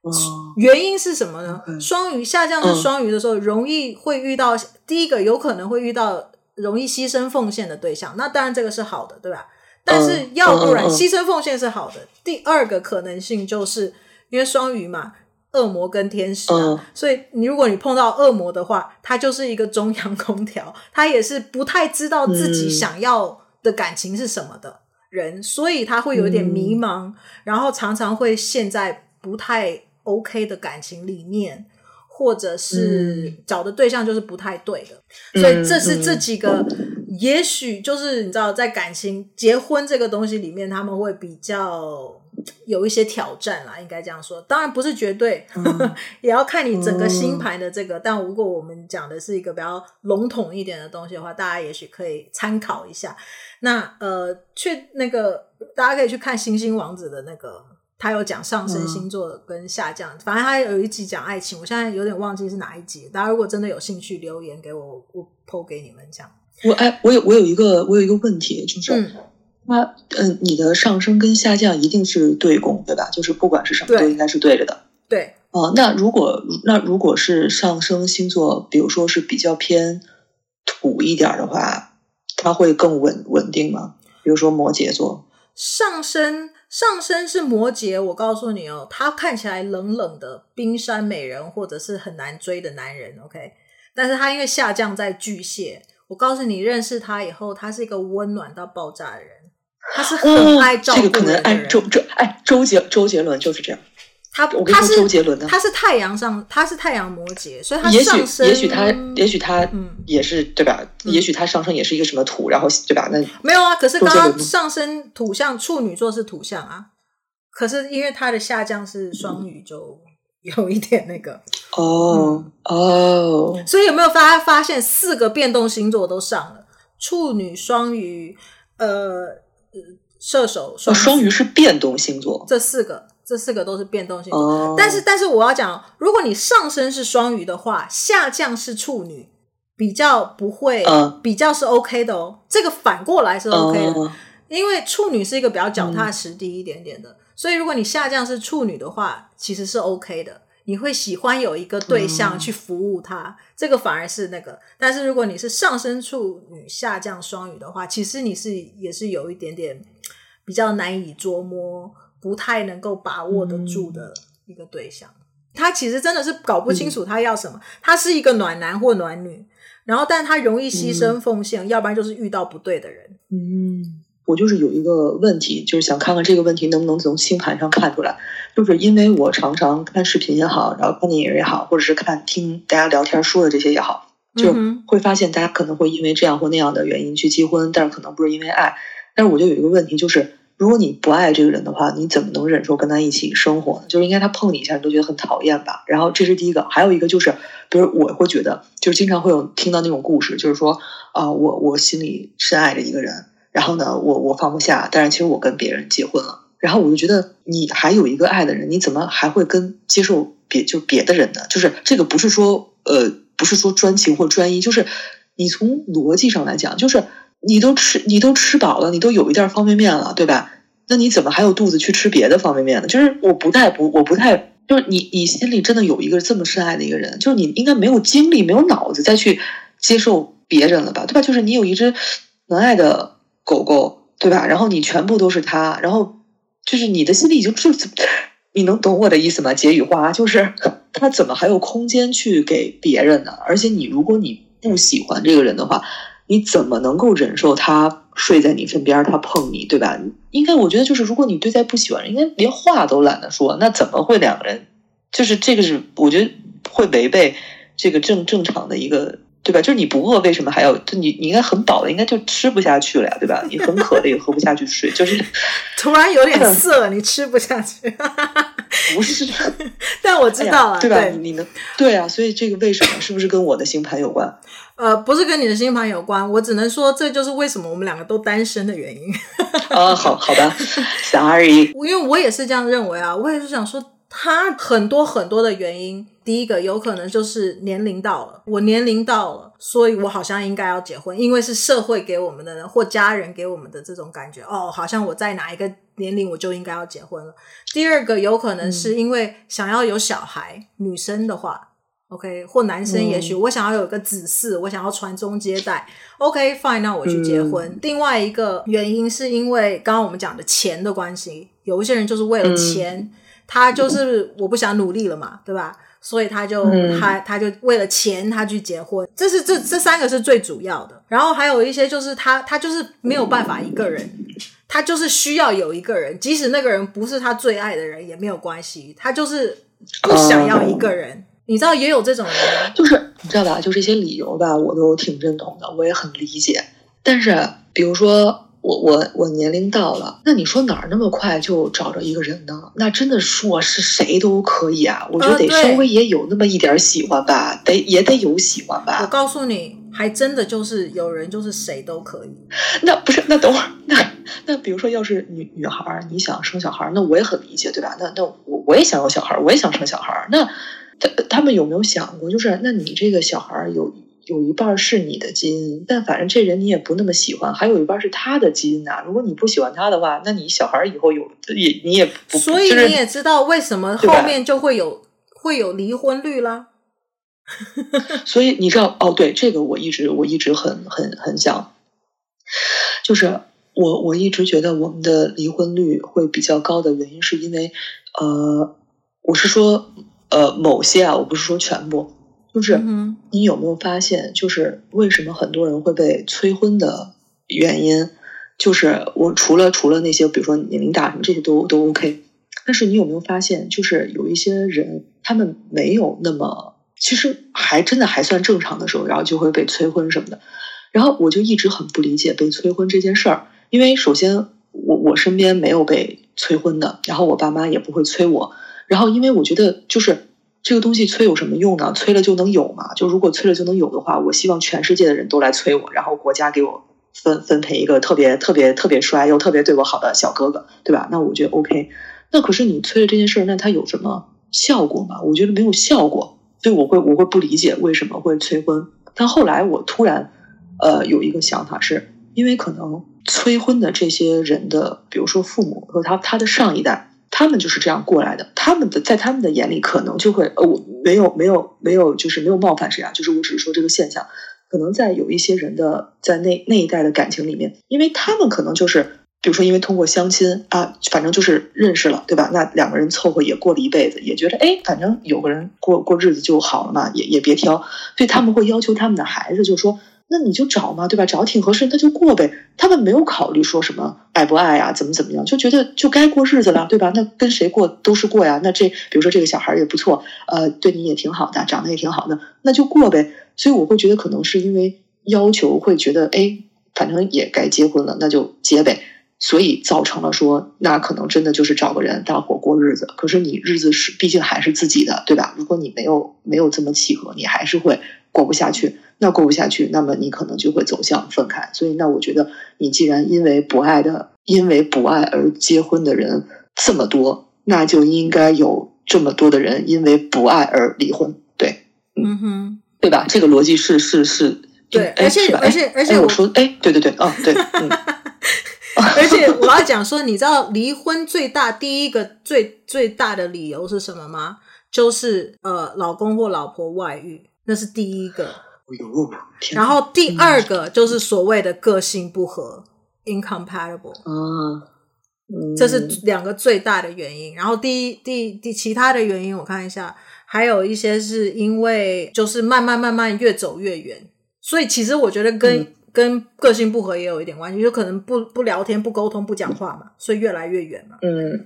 原因是什么呢？双鱼下降是双鱼的时候，容易会遇到第一个有可能会遇到容易牺牲奉献的对象，那当然这个是好的，对吧？但是要不然牺牲奉献是好的。第二个可能性就是因为双鱼嘛，恶魔跟天使所以如果你碰到恶魔的话，他就是一个中央空调，他也是不太知道自己想要的感情是什么的人，所以他会有一点迷茫，然后常常会陷在不太 OK 的感情里面，或者是找的对象就是不太对的，所以这是这几个也许就是你知道在感情结婚这个东西里面他们会比较有一些挑战啦，应该这样说，当然不是绝对也要看你整个星盘的这个但如果我们讲的是一个比较笼统一点的东西的话，大家也许可以参考一下。那那个大家可以去看星星王子的那个，他有讲上升星座跟下降反正他有一集讲爱情，我现在有点忘记是哪一集，大家如果真的有兴趣留言给我，我 po 给你们这样。 我有一个问题，就是你的上升跟下降一定是对宫对吧？就是不管是什么都应该是对着的。 对那如果是上升星座比如说是比较偏土一点的话，它会更稳定吗？比如说摩羯座上升是摩羯，我告诉你他看起来冷冷的冰山美人或者是很难追的男人 OK， 但是他因为下降在巨蟹，我告诉你认识他以后，他是一个温暖到爆炸的人，他是很爱照顾人的人。这个可能按周杰伦就是这样。我跟你说周杰伦呢， 他是太阳摩羯，所以他上升也许他也是对吧？也许他上升也是一个什么土，然后对吧？那没有啊，可是刚刚上升土象处女座是土象啊，可是因为他的下降是双鱼，就有一点那个所以有没有发现4个变动星座都上了？处女、双鱼、射手、 双鱼是变动星座， 这4个都是变动星座但是我要讲，如果你上升是双鱼的话，下降是处女，比较不会比较是 OK 的这个反过来是 OK 的因为处女是一个比较脚踏实地一点点的所以如果你下降是处女的话，其实是 OK 的，你会喜欢有一个对象去服务他这个反而是那个。但是如果你是上升处女下降双鱼的话，其实你也是有一点点比较难以捉摸，不太能够把握得住的一个对象他其实真的是搞不清楚他要什么他是一个暖男或暖女，然后但他容易牺牲奉献要不然就是遇到不对的人我就是有一个问题，就是想看看这个问题能不能从星盘上看出来。就是因为我常常看视频也好，然后看电影也好，或者是听大家聊天说的这些也好，就会发现大家可能会因为这样或那样的原因去结婚，但是可能不是因为爱。但是我就有一个问题，就是如果你不爱这个人的话，你怎么能忍受跟他一起生活呢？就是应该他碰你一下你都觉得很讨厌吧。然后这是第一个，还有一个就是比如我会觉得就是经常会有听到那种故事，就是说我心里深爱着一个人，然后呢我放不下，但是其实我跟别人结婚了，然后我就觉得你还有一个爱的人，你怎么还会接受别的人呢？就是这个不是说专情或专一，就是你从逻辑上来讲，就是你都吃饱了，你都有一袋方便面了，对吧？那你怎么还有肚子去吃别的方便面呢？就是我不太就是你心里真的有一个这么深爱的一个人，就是你应该没有精力没有脑子再去接受别人了吧，对吧？就是你有一只能爱的狗狗，对吧？然后你全部都是他，然后就是你的心里已经你能懂我的意思吗？解语花就是他怎么还有空间去给别人呢？而且如果你不喜欢这个人的话，你怎么能够忍受他睡在你身边，他碰你，对吧？应该我觉得就是如果你对待不喜欢人，应该连话都懒得说，那怎么会两个人就是这个是我觉得会违背这个正常的一个，对吧？就是你不饿为什么还要就你应该很饱了，应该就吃不下去了呀，对吧？你很渴的也喝不下去水，就是突然有点涩你吃不下去不是但我知道了、 对吧？你能对啊，所以这个为什么是不是跟我的星盘有关？ 不是跟你的星盘有关，我只能说这就是为什么我们两个都单身的原因好吧，sorry， 因为我也是这样认为啊，我也是想说他很多很多的原因第一个有可能就是年龄到了，我年龄到了，所以我好像应该要结婚，因为是社会给我们的人或家人给我们的这种感觉，好像我在哪一个年龄我就应该要结婚了。第二个有可能是因为想要有小孩，女生的话OK， 或男生也许我想要有个子嗣，我想要传宗接代 OK fine， 那我去结婚。另外一个原因是因为刚刚我们讲的钱的关系，有一些人就是为了钱，他就是我不想努力了嘛，对吧？所以他就他就为了钱他去结婚，这三个是最主要的。然后还有一些就是他就是没有办法一个人，他就是需要有一个人，即使那个人不是他最爱的人也没有关系，他就是不想要一个人。你知道也有这种人， 就是你知道吧，就这些理由吧，我都挺认同的，我也很理解。但是比如说我年龄到了，那你说哪儿那么快就找着一个人呢？那真的说是谁都可以啊，我觉得得稍微也有那么一点喜欢吧，也得有喜欢吧。 我告诉你，还真的就是有人就是谁都可以。 那不是，那等会儿那比如说要是女孩你想生小孩，那我也很理解，对吧？那我也想有小孩，我也想生小孩，那他们有没有想过，就是那你这个小孩有一半是你的基因，但反正这人你也不那么喜欢，还有一半是他的基因啊。如果你不喜欢他的话，那你小孩以后你也不， 所以你也知道为什么后面就会有离婚率啦。 所以你知道对，这个我一直很想，就是我一直觉得我们的离婚率会比较高的原因，是因为我是说某些我不是说全部，就是你有没有发现，就是为什么很多人会被催婚的原因，就是我除了那些比如说年龄大什么这些都 OK， 但是你有没有发现，就是有一些人他们没有那么，其实真的还算正常的时候，然后就会被催婚什么的。然后我就一直很不理解被催婚这件事儿，因为首先我身边没有被催婚的，然后我爸妈也不会催我，然后因为我觉得就是这个东西催有什么用呢？催了就能有嘛？就如果催了就能有的话，我希望全世界的人都来催我，然后国家给我分配一个特别帅又特别对我好的小哥哥，对吧？那我觉得 OK。那可是你催了这件事，那它有什么效果吗？我觉得没有效果，所以我会不理解为什么会催婚。但后来我突然有一个想法，是因为可能催婚的这些人的，比如说父母和他的上一代，他们就是这样过来的，在他们的眼里可能就会我没有就是没有冒犯谁啊，就是我只是说这个现象，可能在有一些人的在那一代的感情里面，因为他们可能就是比如说因为通过相亲反正就是认识了，对吧？那两个人凑合也过了一辈子，也觉得反正有个人过日子就好了嘛，也别挑，所以他们会要求他们的孩子，就说那你就找嘛，对吧？找挺合适那就过呗。他们没有考虑说什么爱不爱啊，怎么样，就觉得就该过日子了，对吧？那跟谁过都是过呀。那比如说这个小孩也不错，对你也挺好的，长得也挺好的，那就过呗。所以我会觉得可能是因为要求会觉得反正也该结婚了，那就结呗。所以造成了说，那可能真的就是找个人大伙过日子。可是你日子毕竟还是自己的，对吧？如果你没有这么契合，你还是会过不下去。那过不下去，那么你可能就会走向分开。所以那我觉得，你既然因为不爱而结婚的人这么多，那就应该有这么多的人因为不爱而离婚。对，对吧？这个逻辑是对，而且我说对，对，对。 而且我要讲说，你知道离婚第一个最大的理由是什么吗？就是老公或老婆外遇，那是第一个。然后第二个就是所谓的个性不合 incompatible，这是两个最大的原因。然后其他的原因我看一下，还有一些是因为就是慢慢越走越远，所以其实我觉得跟个性不合也有一点关系，就可能不聊天不沟通不讲话嘛，所以越来越远嘛。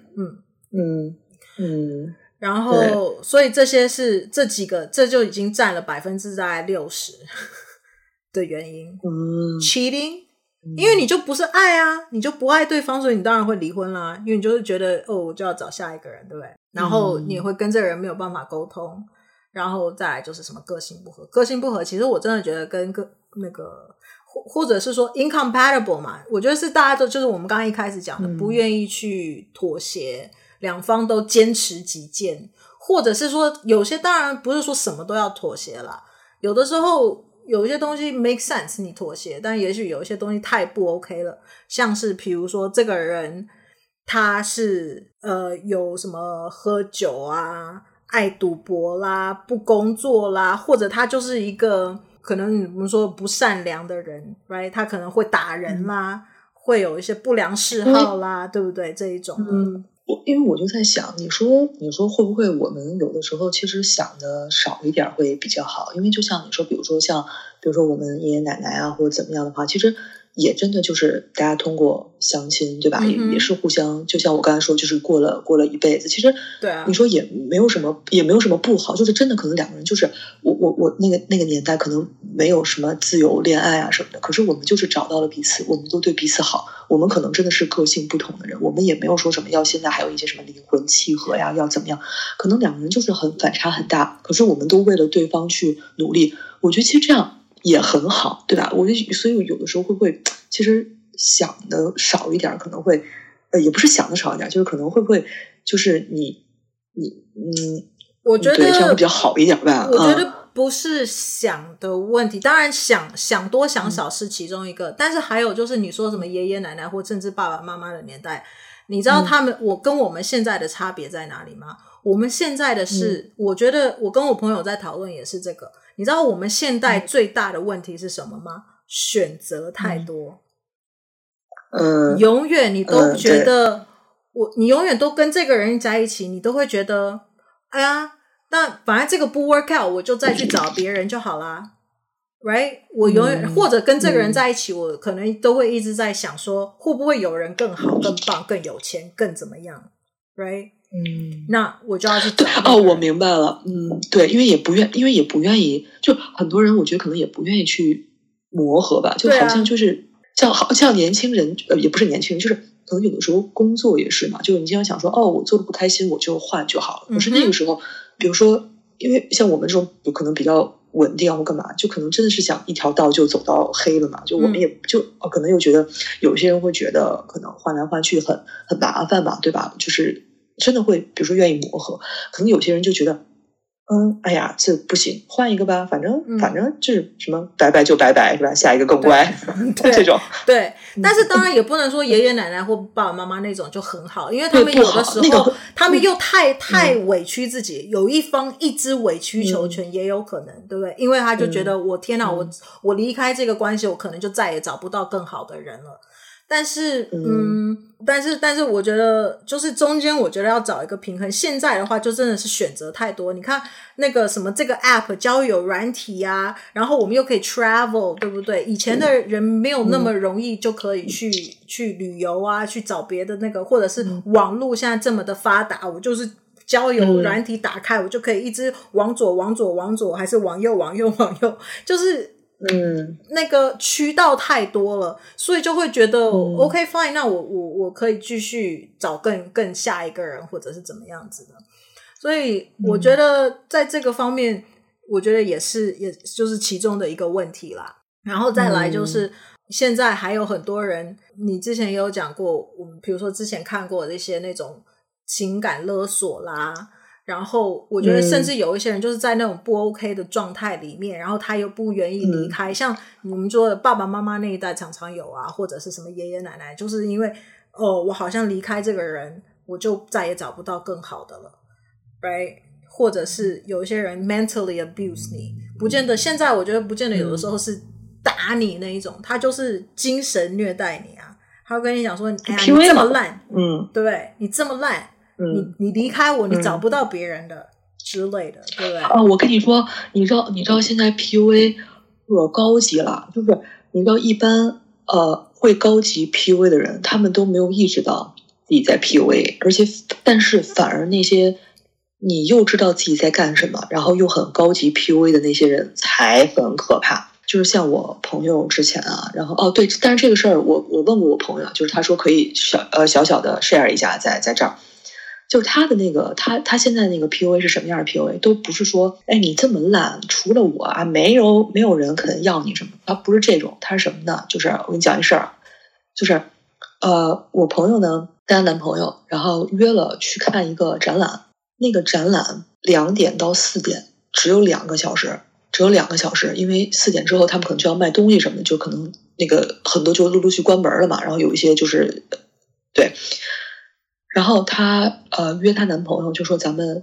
然后所以这些是这几个，这就已经占了60%的原因。cheating， 因为你就不是爱啊，你就不爱对方，所以你当然会离婚啦，因为你就是觉得我就要找下一个人，对不对？然后你也会跟这个人没有办法沟通，然后再来就是什么个性不合，其实我真的觉得跟那个或者是说 incompatible 嘛，我觉得是大家都就是我们刚刚一开始讲的，不愿意去妥协，两方都坚持己见， 或者是说有些当然不是说什么都要妥协啦，有的时候有一些东西 make sense 你妥协，但也许有一些东西太不 OK 了，像是比如说这个人他是有什么喝酒啊，爱赌博啦，不工作啦，或者他就是一个可能我们说不善良的人 right？ 他可能会打人啦，会有一些不良嗜好啦，对不对？这一种因为我就在想，你说会不会我们有的时候其实想的少一点会比较好？因为就像你说，比如说我们爷爷奶奶啊，或者怎么样的话，其实也真的就是大家通过相亲，对吧？也是互相，就像我刚才说，就是过了一辈子。其实对啊， 你说也没有什么不好，就是真的可能两个人就是我那个年代可能没有什么自由恋爱啊什么的，可是我们就是找到了彼此，我们都对彼此好。我们可能真的是个性不同的人，我们也没有说什么要现在还有一些什么灵魂契合呀，要怎么样？可能两个人就是反差很大，可是我们都为了对方去努力。我觉得其实这样也很好，对吧？所以有的时候会不会其实想的少一点，可能会也不是想的少一点，就是可能会不会就是我觉得对这样会比较好一点吧。 我觉得不是想的问题，当然想多想少是其中一个，但是还有就是你说什么爷爷奶奶或甚至爸爸妈妈的年代，你知道他们我跟我们现在的差别在哪里吗？我们现在的是我觉得我跟我朋友在讨论也是这个，你知道我们现代最大的问题是什么吗？选择太多。永远你都觉得你永远都跟这个人在一起，你都会觉得哎呀，那反正这个不 work out， 我就再去找别人就好啦 right？ 我永远或者跟这个人在一起，我可能都会一直在想说会不会有人更好更棒更有钱更怎么样 right？ 那我就要去找我明白了。对，因为也不愿意，就很多人我觉得可能也不愿意去磨合吧，就好像就是像年轻人也不是年轻人，就是可能有的时候工作也是嘛，就你经常想说我做的不开心我就换就好了。可是那个时候比如说因为像我们这种有可能比较稳定或干嘛，就可能真的是想一条道就走到黑了嘛，就我们也就可能又觉得有些人会觉得可能换来换去很麻烦嘛，对吧？就是真的会比如说愿意磨合，可能有些人就觉得哎呀这不行，换一个吧，反正就是什么拜拜就拜拜，是吧？下一个更乖这种。 对，但是当然也不能说爷爷奶奶或爸爸妈妈那种就很好，因为他们有的时候他们又太委屈自己，有一方一直委曲求全也有可能，对不对？因为他就觉得我天哪，我离开这个关系，我可能就再也找不到更好的人了。但是但是我觉得就是中间我觉得要找一个平衡。现在的话就真的是选择太多，你看那个什么这个 app 交友软体啊，然后我们又可以 travel， 对不对？以前的人没有那么容易就可以去旅游啊，去找别的那个，或者是网络现在这么的发达，我就是交友软体打开我就可以一直往左还是往右就是那个渠道太多了，所以就会觉得OK fine， 那我可以继续找更下一个人或者是怎么样子的。所以我觉得在这个方面我觉得也就是其中的一个问题啦。然后再来就是现在还有很多人，你之前也有讲过，我们比如说之前看过这些那种情感勒索啦，然后我觉得甚至有一些人就是在那种不 OK 的状态里面，然后他又不愿意离开，像你们说的爸爸妈妈那一代常常有啊，或者是什么爷爷奶奶，就是因为我好像离开这个人我就再也找不到更好的了 right？ 或者是有一些人 mentally abuse 你，不见得现在我觉得不见得有的时候是打你那一种，他就是精神虐待你啊，他会跟你讲说哎呀你这么烂对不对？你这么烂你离开我你找不到别人的之类的，对不对？ 我跟你说，你知道现在 PUA 高级了，就是你知道一般会高级 PUA 的人，他们都没有意识到自己在 PUA， 但是反而那些你又知道自己在干什么，然后又很高级 PUA 的那些人才很可怕。就是像我朋友之前啊，然后对，但是这个事儿我问过我朋友，就是他说可以小小的 share 一下在这儿。就是他的那个他现在那个 PUA 是什么样的 PUA， 都不是说哎你这么烂除了我啊没有人可能要你什么，他不是这种，他是什么呢？就是我跟你讲一事儿，就是我朋友呢跟她男朋友然后约了去看一个展览， 那个展览2点到4点只有2个小时，因为4点之后他们可能就要卖东西什么的，就可能那个很多就陆陆续关门了嘛，然后有一些就是对，然后她约她男朋友就说咱们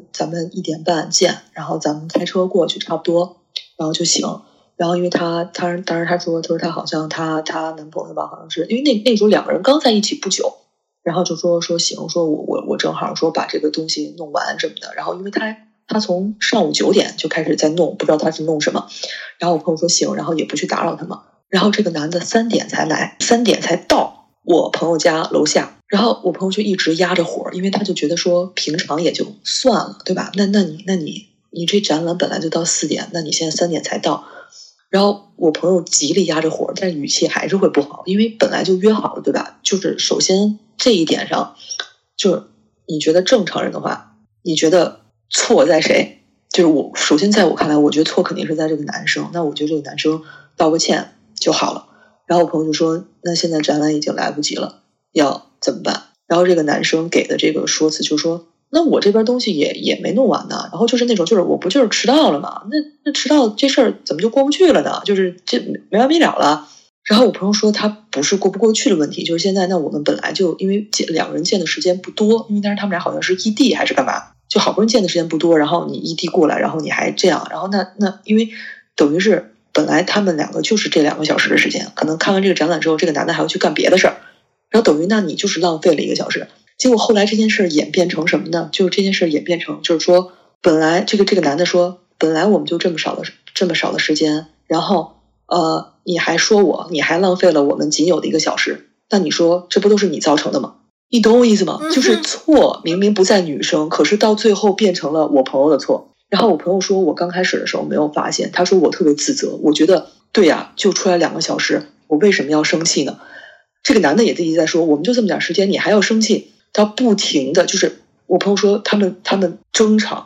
1点半见，然后咱们开车过去差不多，然后就行。然后因为当时她说她好像她男朋友吧，好像是因为那时候2个人刚在一起不久，然后就说行，说我正好说把这个东西弄完什么的。然后因为他从上午9点就开始在弄，不知道他是弄什么。然后我朋友说行，然后也不去打扰他嘛。然后这个男的3点才来，3点才到我朋友家楼下。然后我朋友就一直压着火，因为他就觉得说平常也就算了，对吧？那你这展览本来就到4点，那你现在3点才到。然后我朋友极力压着火，但语气还是会不好，因为本来就约好了，对吧？就是首先这一点上，就是你觉得正常人的话，你觉得错在谁？就是首先在我看来，我觉得错肯定是在这个男生。那我觉得这个男生道个歉就好了。然后我朋友就说，那现在展览已经来不及了，要怎么办？然后这个男生给的这个说辞就是说，那我这边东西也没弄完呢，然后就是那种就是我不就是迟到了嘛，那迟到这事儿怎么就过不去了呢？就是这没完没了了。然后我朋友说他不是过不过去的问题，就是现在那我们本来就因为2个人见的时间不多，因为当时他们俩好像是异地还是干嘛，就好不容易见的时间不多，然后你异地过来，然后你还这样，然后那因为等于是本来他们2个就是这2个小时的时间，可能看完这个展览之后，这个男的还要去干别的事儿，然后等于那你就是浪费了1个小时。结果后来这件事演变成什么呢？就是这件事演变成就是说，本来这个男的说，本来我们就这么少的时间，然后你还说你还浪费了我们仅有的1个小时，那你说这不都是你造成的吗？你懂我意思吗？就是错明明不在女生，可是到最后变成了我朋友的错。然后我朋友说我刚开始的时候没有发现，他说我特别自责，我觉得对呀，就出来2个小时，我为什么要生气呢？这个男的也自己在说，我们就这么点时间，你还要生气？他不停的就是我朋友说他们争吵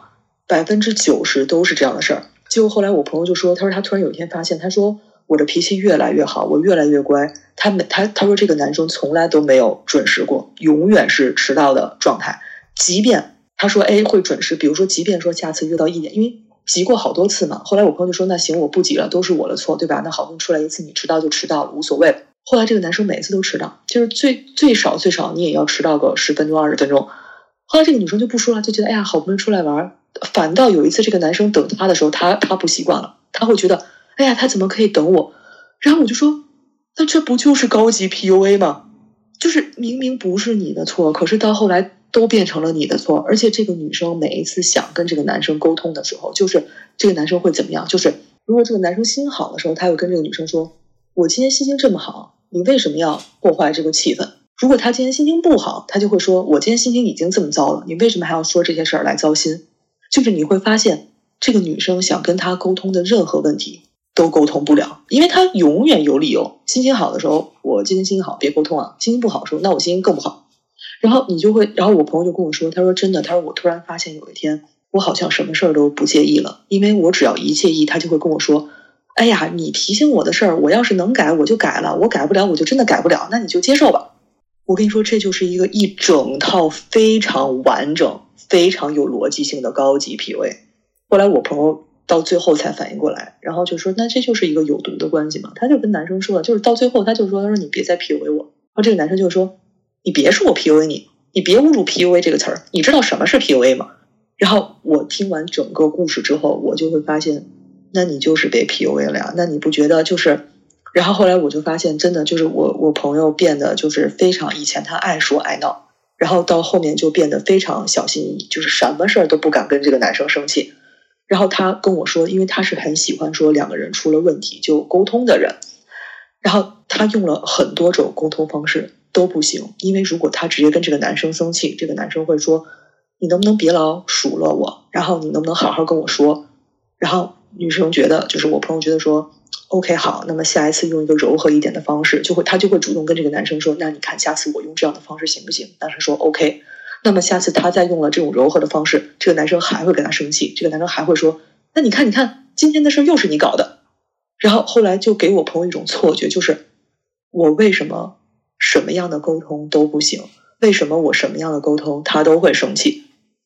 90%都是这样的事儿。结果后来我朋友就说，他说他突然有一天发现，他说我的脾气越来越好，我越来越乖。他说这个男生从来都没有准时过，永远是迟到的状态。即便他说会准时，比如说即便说下次约到1点，因为急过好多次嘛。后来我朋友就说那行我不急了，都是我的错，对吧？那好不容易出来一次，你迟到就迟到了，无所谓。后来这个男生每次都迟到，就是最少你也要迟到个10分钟20分钟。后来这个女生就不说了，就觉得好不容易出来玩，反倒有一次这个男生等她的时候，她不习惯了，她会觉得他怎么可以等我？然后我就说，那这不就是高级 PUA 吗？就是明明不是你的错，可是到后来都变成了你的错。而且这个女生每一次想跟这个男生沟通的时候，就是这个男生会怎么样？就是如果这个男生心好的时候，他会跟这个女生说，我今天心情这么好，你为什么要破坏这个气氛？如果他今天心情不好，他就会说，我今天心情已经这么糟了，你为什么还要说这些事儿来糟心？就是你会发现这个女生想跟他沟通的任何问题都沟通不了，因为他永远有理由。心情好的时候，我今天心情好，别沟通啊；心情不好的时候，那我心情更不好。然后我朋友就跟我说，他说真的，他说我突然发现有一天，我好像什么事儿都不介意了，因为我只要一介意，他就会跟我说，你提醒我的事儿，我要是能改我就改了，我改不了我就真的改不了，那你就接受吧。我跟你说，这就是一整套非常完整、非常有逻辑性的高级 PUA。后来我朋友到最后才反应过来，然后就说，那这就是一个有毒的关系嘛。他就跟男生说了，就是到最后他就说，他说你别再 PUA 我。然后这个男生就说，你别说我 PUA 你，你别侮辱 PUA 这个词儿，你知道什么是 PUA 吗？然后我听完整个故事之后，我就会发现，那你就是被 PUA 了呀。那你不觉得就是？然后后来我就发现，真的就是我朋友变得就是非常，以前他爱说爱闹，然后到后面就变得非常小心翼翼，就是什么事儿都不敢跟这个男生生气。然后他跟我说，因为他是很喜欢说2个人出了问题就沟通的人，然后他用了很多种沟通方式都不行，因为如果他直接跟这个男生生气，这个男生会说，你能不能别老数落我，然后你能不能好好跟我说。然后女生觉得，就是我朋友觉得说OK 好，那么下一次用一个柔和一点的方式，他就会主动跟这个男生说，那你看下次我用这样的方式行不行？男生说 OK， 那么下次他再用了这种柔和的方式，这个男生还会跟他生气，这个男生还会说，那你看今天的事又是你搞的。然后后来就给我朋友一种错觉，就是我为什么什么样的沟通都不行，为什么我什么样的沟通他都会生气，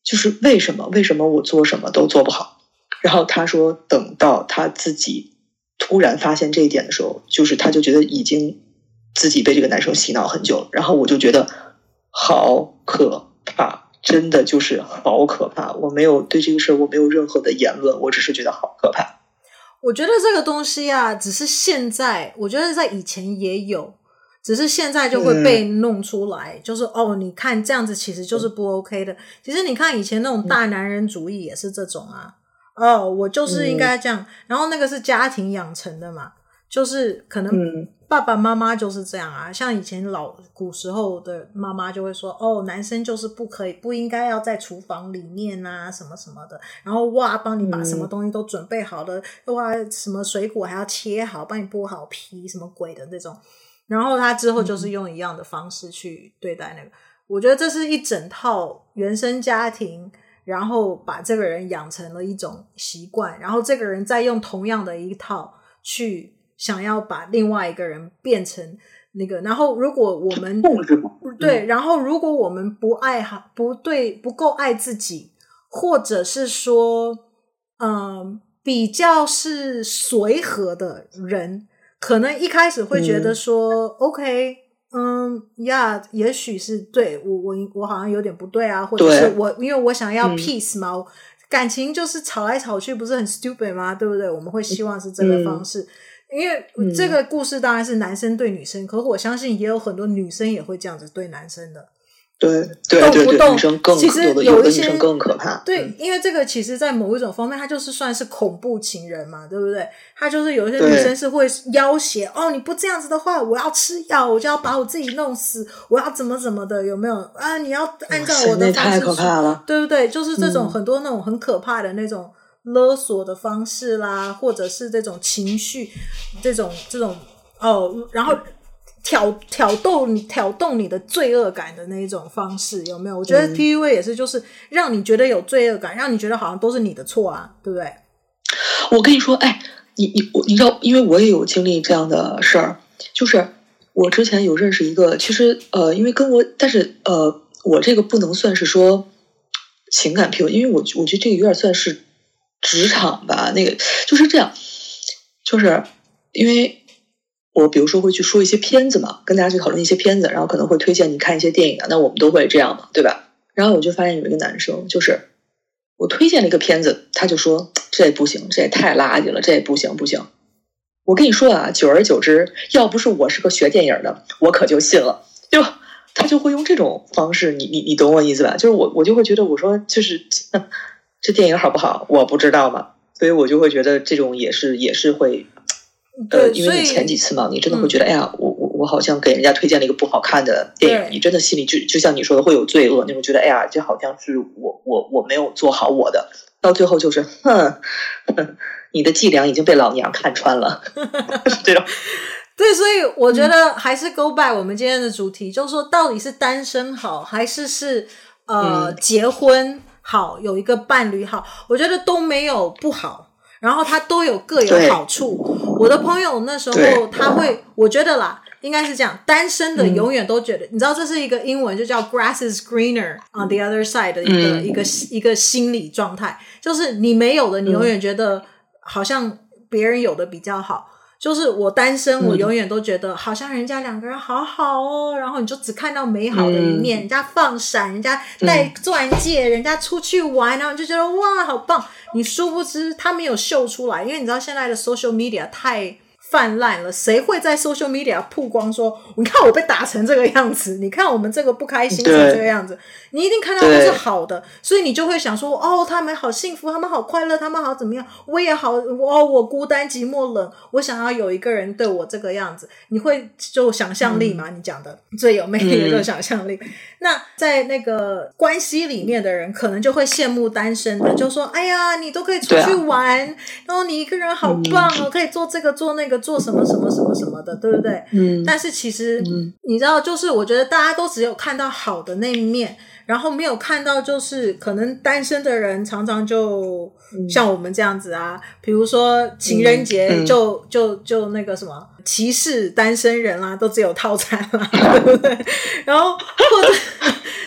就是为什么我做什么都做不好？然后他说，等到他自己突然发现这一点的时候，就是他就觉得已经自己被这个男生洗脑很久了。然后我就觉得好可怕，真的就是好可怕。我没有对这个事儿我没有任何的言论，我只是觉得好可怕。 我觉得这个东西啊，只是现在，我觉得在以前也有，只是现在就会被弄出来，就是你看这样子其实就是不 OK 的。其实你看以前那种大男人主义也是这种啊，我就是应该这样，然后那个是家庭养成的嘛，就是可能爸爸妈妈就是这样啊，像以前古时候的妈妈就会说，男生就是不应该要在厨房里面啊什么什么的，然后帮你把什么东西都准备好了，什么水果还要切好，帮你剥好皮，什么鬼的那种。然后他之后就是用一样的方式去对待那个，我觉得这是一整套原生家庭，然后把这个人养成了一种习惯，然后这个人再用同样的一套去想要把另外一个人变成那个，然后如果我们对，然后如果我们不够爱自己，或者是说比较是随和的人，可能一开始会觉得说OK也许是对我好像有点不对啊，或者是因为我想要 peace 嘛，感情就是吵来吵去不是很 stupid 吗？对不对？我们会希望是这个方式，因为这个故事当然是男生对女生，可是我相信也有很多女生也会这样子对男生的。 对，女生更其实有的女生更可怕。 对，因为这个其实在某一种方面它就是算是恐怖情人嘛，对不对？它就是有一些女生是会要挟你不这样子的话我要吃药，我就要把我自己弄死，我要怎么的，有没有啊？你要按照我的方式， 太可怕了， 对不对？就是这种很多那种很可怕的那种勒索的方式啦，或者是这种情绪这种然后挑动你的罪恶感的那一种方式，有没有？我觉得 PUA 也是，就是让你觉得有罪恶感，让你觉得好像都是你的错啊，对不对？ 我跟你说，你知道，因为我也有经历这样的事儿，就是我之前有认识一个，其实因为但是我这个不能算是说情感 PUA，因为我觉得这个有点算是职场吧，那个就是这样，就是因为我比如说会去说一些片子嘛，跟大家去讨论一些片子，然后可能会推荐你看一些电影啊，那我们都会这样嘛，对吧？然后我就发现有一个男生，就是我推荐了一个片子，他就说这不行，这也太垃圾了，这也不行。我跟你说啊，久而久之，要不是我是个学电影的，我可就信了。就他就会用这种方式，你懂我意思吧？就是我就会觉得，我说就是这电影好不好，我不知道嘛，所以我就会觉得这种也是会。因为你前几次嘛，你真的会觉得，哎呀，我好像给人家推荐了一个不好看的电影，你真的心里就像你说的会有罪恶，那种觉得，哎呀，这好像是我没有做好我的，到最后就是你的伎俩已经被老娘看穿了，这种。 对，所以我觉得还是 go back 我们今天的主题，就是说到底是单身好，还是结婚好，有一个伴侣好，我觉得都没有不好。然后它都各有好处。我的朋友那时候他会，我觉得啦，应该是这样，单身的永远都觉得，你知道这是一个英文就叫 grass is greener on the other side 的一个心理状态，就是你没有的，你永远觉得好像别人有的比较好。就是我单身，我永远都觉得好像人家两个人好好哦，然后你就只看到美好的一面，人家放闪，人家戴钻戒，人家出去玩，然后你就觉得哇好棒，你殊不知他没有秀出来，因为你知道现在的 social media 太泛滥了，谁会在 social media 曝光说你看我被打成这个样子，你看我们这个不开心成这个样子，你一定看到都是好的，所以你就会想说他们好幸福，他们好快乐，他们好怎么样，我也好我孤单寂寞冷，我想要有一个人对我这个样子，你会就想象力嘛，你讲的最有魅力的就是想象力。那在那个关系里面的人可能就会羡慕单身的，就说哎呀你都可以出去玩，然后你一个人好棒哦，可以做这个做那个做什么什么什么什么的，对不对？但是其实你知道，就是我觉得大家都只有看到好的那一面，然后没有看到就是可能单身的人常常就像我们这样子啊，比如说情人节就那个什么歧视单身人啦，都只有套餐啦，对不对？然后或者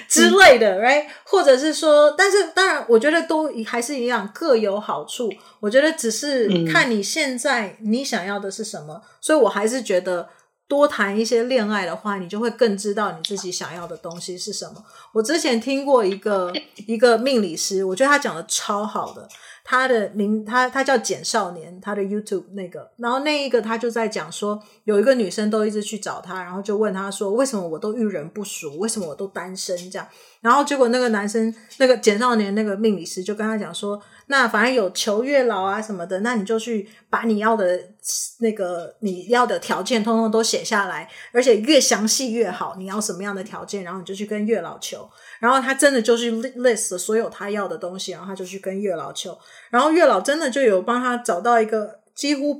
之类的，right？ 或者是说，但是当然我觉得都还是一样，各有好处。我觉得只是看你现在你想要的是什么，所以我还是觉得多谈一些恋爱的话，你就会更知道你自己想要的东西是什么。我之前听过一个命理师，我觉得他讲的超好的，他叫简少年，他的 YouTube 那个，然后那一个他就在讲说，有一个女生都一直去找他，然后就问他说，为什么我都遇人不淑，为什么我都单身这样，然后结果那个男生，那个简少年那个命理师就跟他讲说，那反正有求月老啊什么的，那你就去把你要的条件通通都写下来，而且越详细越好，你要什么样的条件，然后你就去跟月老求。然后他真的就去 list 所有他要的东西，然后他就去跟月老求，然后月老真的就有帮他找到一个几乎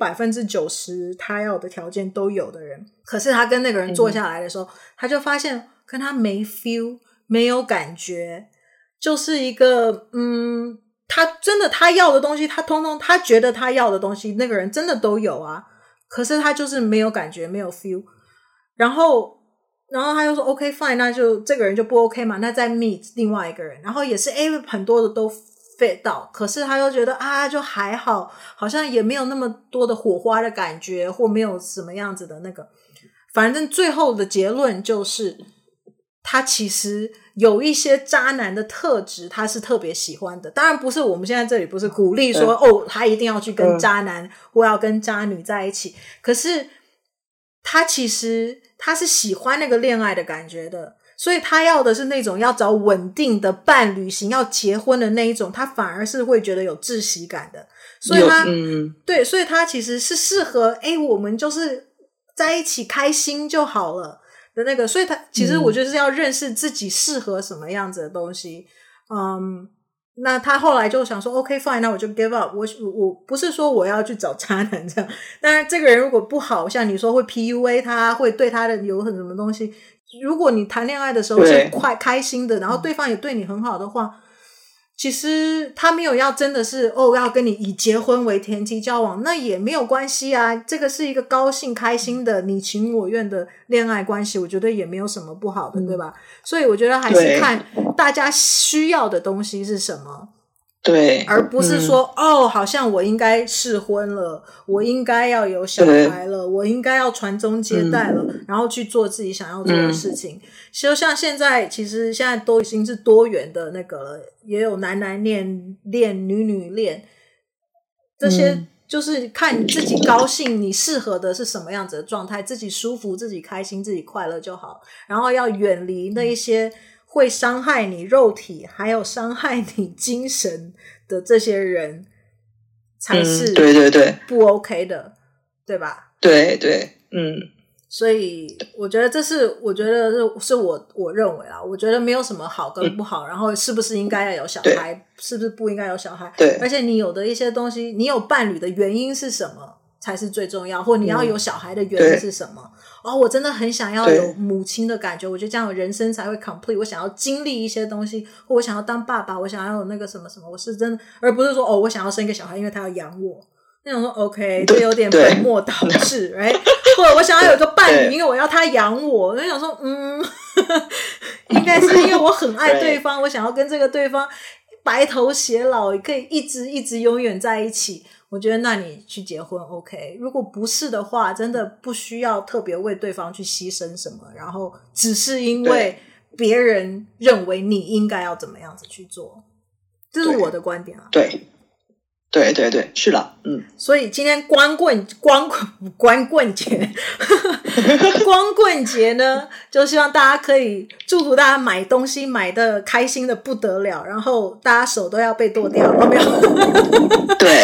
90% 他要的条件都有的人。可是他跟那个人坐下来的时候，他就发现跟他没 feel， 没有感觉，就是一个他真的他要的东西，他通通他觉得他要的东西那个人真的都有啊，可是他就是没有感觉，没有 feel。然后他就说 OK fine， 那就这个人就不 OK 嘛，那再 meet 另外一个人，然后也是很多的都 fit 到，可是他又觉得就还好，好像也没有那么多的火花的感觉，或没有什么样子的那个，反正最后的结论就是他其实有一些渣男的特质他是特别喜欢的。当然不是我们现在这里不是鼓励说他一定要去跟渣男或要跟渣女在一起，可是他其实他是喜欢那个恋爱的感觉的，所以他要的是那种要找稳定的伴侣型要结婚的那一种，他反而是会觉得有窒息感的。所以他对，所以他其实是适合我们就是在一起开心就好了的那个。所以他其实我觉得是要认识自己适合什么样子的东西。那他后来就想说 OK fine， 那我就 give up， 我不是说我要去找渣男这样，当然这个人如果不好，像你说会 PUA 他，会对他的有很什么东西，如果你谈恋爱的时候是快开心的，然后对方也对你很好的话，其实他没有要真的是要跟你以结婚为前提交往，那也没有关系啊，这个是一个高兴开心的你情我愿的恋爱关系，我觉得也没有什么不好的，对吧？所以我觉得还是看大家需要的东西是什么， 对， 而不是说好像我应该适婚了，我应该要有小孩了，我应该要传宗接代了，然后去做自己想要做的事情。就像现在其实现在都已经是多元的那个了，也有男男恋、女女恋，这些就是看你自己高兴，你适合的是什么样子的状态，自己舒服，自己开心，自己快乐就好，然后要远离那一些会伤害你肉体还有伤害你精神的这些人才是对不 OK 的，对吧？ 对， 所以我觉得我觉得是我认为啦，我觉得没有什么好跟不好，然后是不是应该要有小孩，是不是不应该有小孩， 对， 而且你有的一些东西，你有伴侣的原因是什么才是最重要，或你要有小孩的原因是什么。我真的很想要有母亲的感觉，我觉得这样我人生才会 complete， 我想要经历一些东西，或我想要当爸爸，我想要有那个什么什么，我是真的，而不是说我想要生一个小孩因为他要养我，那种说 OK 这有点本末倒置right？ 或者我想要有一个伴侣因为我要他养我，我就想说应该是因为我很爱对方我想要跟这个对方白头偕老，可以一直永远在一起，我觉得那你去结婚 OK， 如果不是的话真的不需要特别为对方去牺牲什么，然后只是因为别人认为你应该要怎么样子去做，这是我的观点啊。 对，是啦， 所以今天光棍节光棍节呢，就希望大家可以祝福大家买东西买的开心的不得了，然后大家手都要被剁掉，有没有？ 对。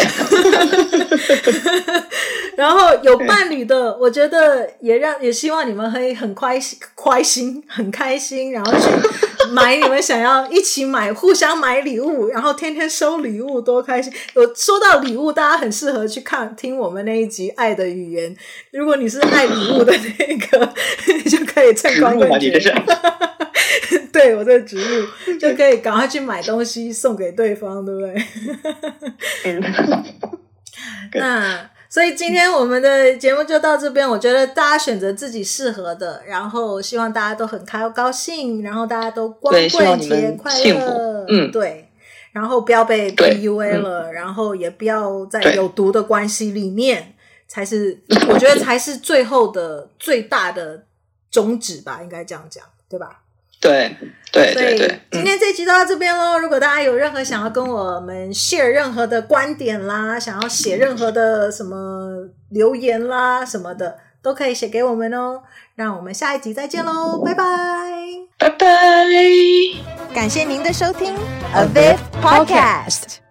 然后有伴侣的，我觉得也希望你们可以很开心，很开心，然后去买你们想要一起买，互相买礼物，然后天天收礼物，多开心！有收到礼物，大家很适合去听我们那一集《爱的语言》。如果你是爱礼物的那个，你就可以趁光棍节，对我这个植入就可以赶快去买东西送给对方，对不对？ 所以今天我们的节目就到这边，我觉得大家选择自己适合的，然后希望大家都很高兴，然后大家都光棍节快乐，对，然后不要被 PUA 了，然后也不要在有毒的关系里面，才是我觉得才是最后的最大的宗旨吧，应该这样讲，对吧？ 对， 今天这集就到这边咯。如果大家有任何想要跟我们 share 任何的观点啦，想要写任何的什么留言啦什么的，都可以写给我们哦。让我们下一集再见咯，拜拜， 拜拜， 感谢您的收听 A Viv Podcast。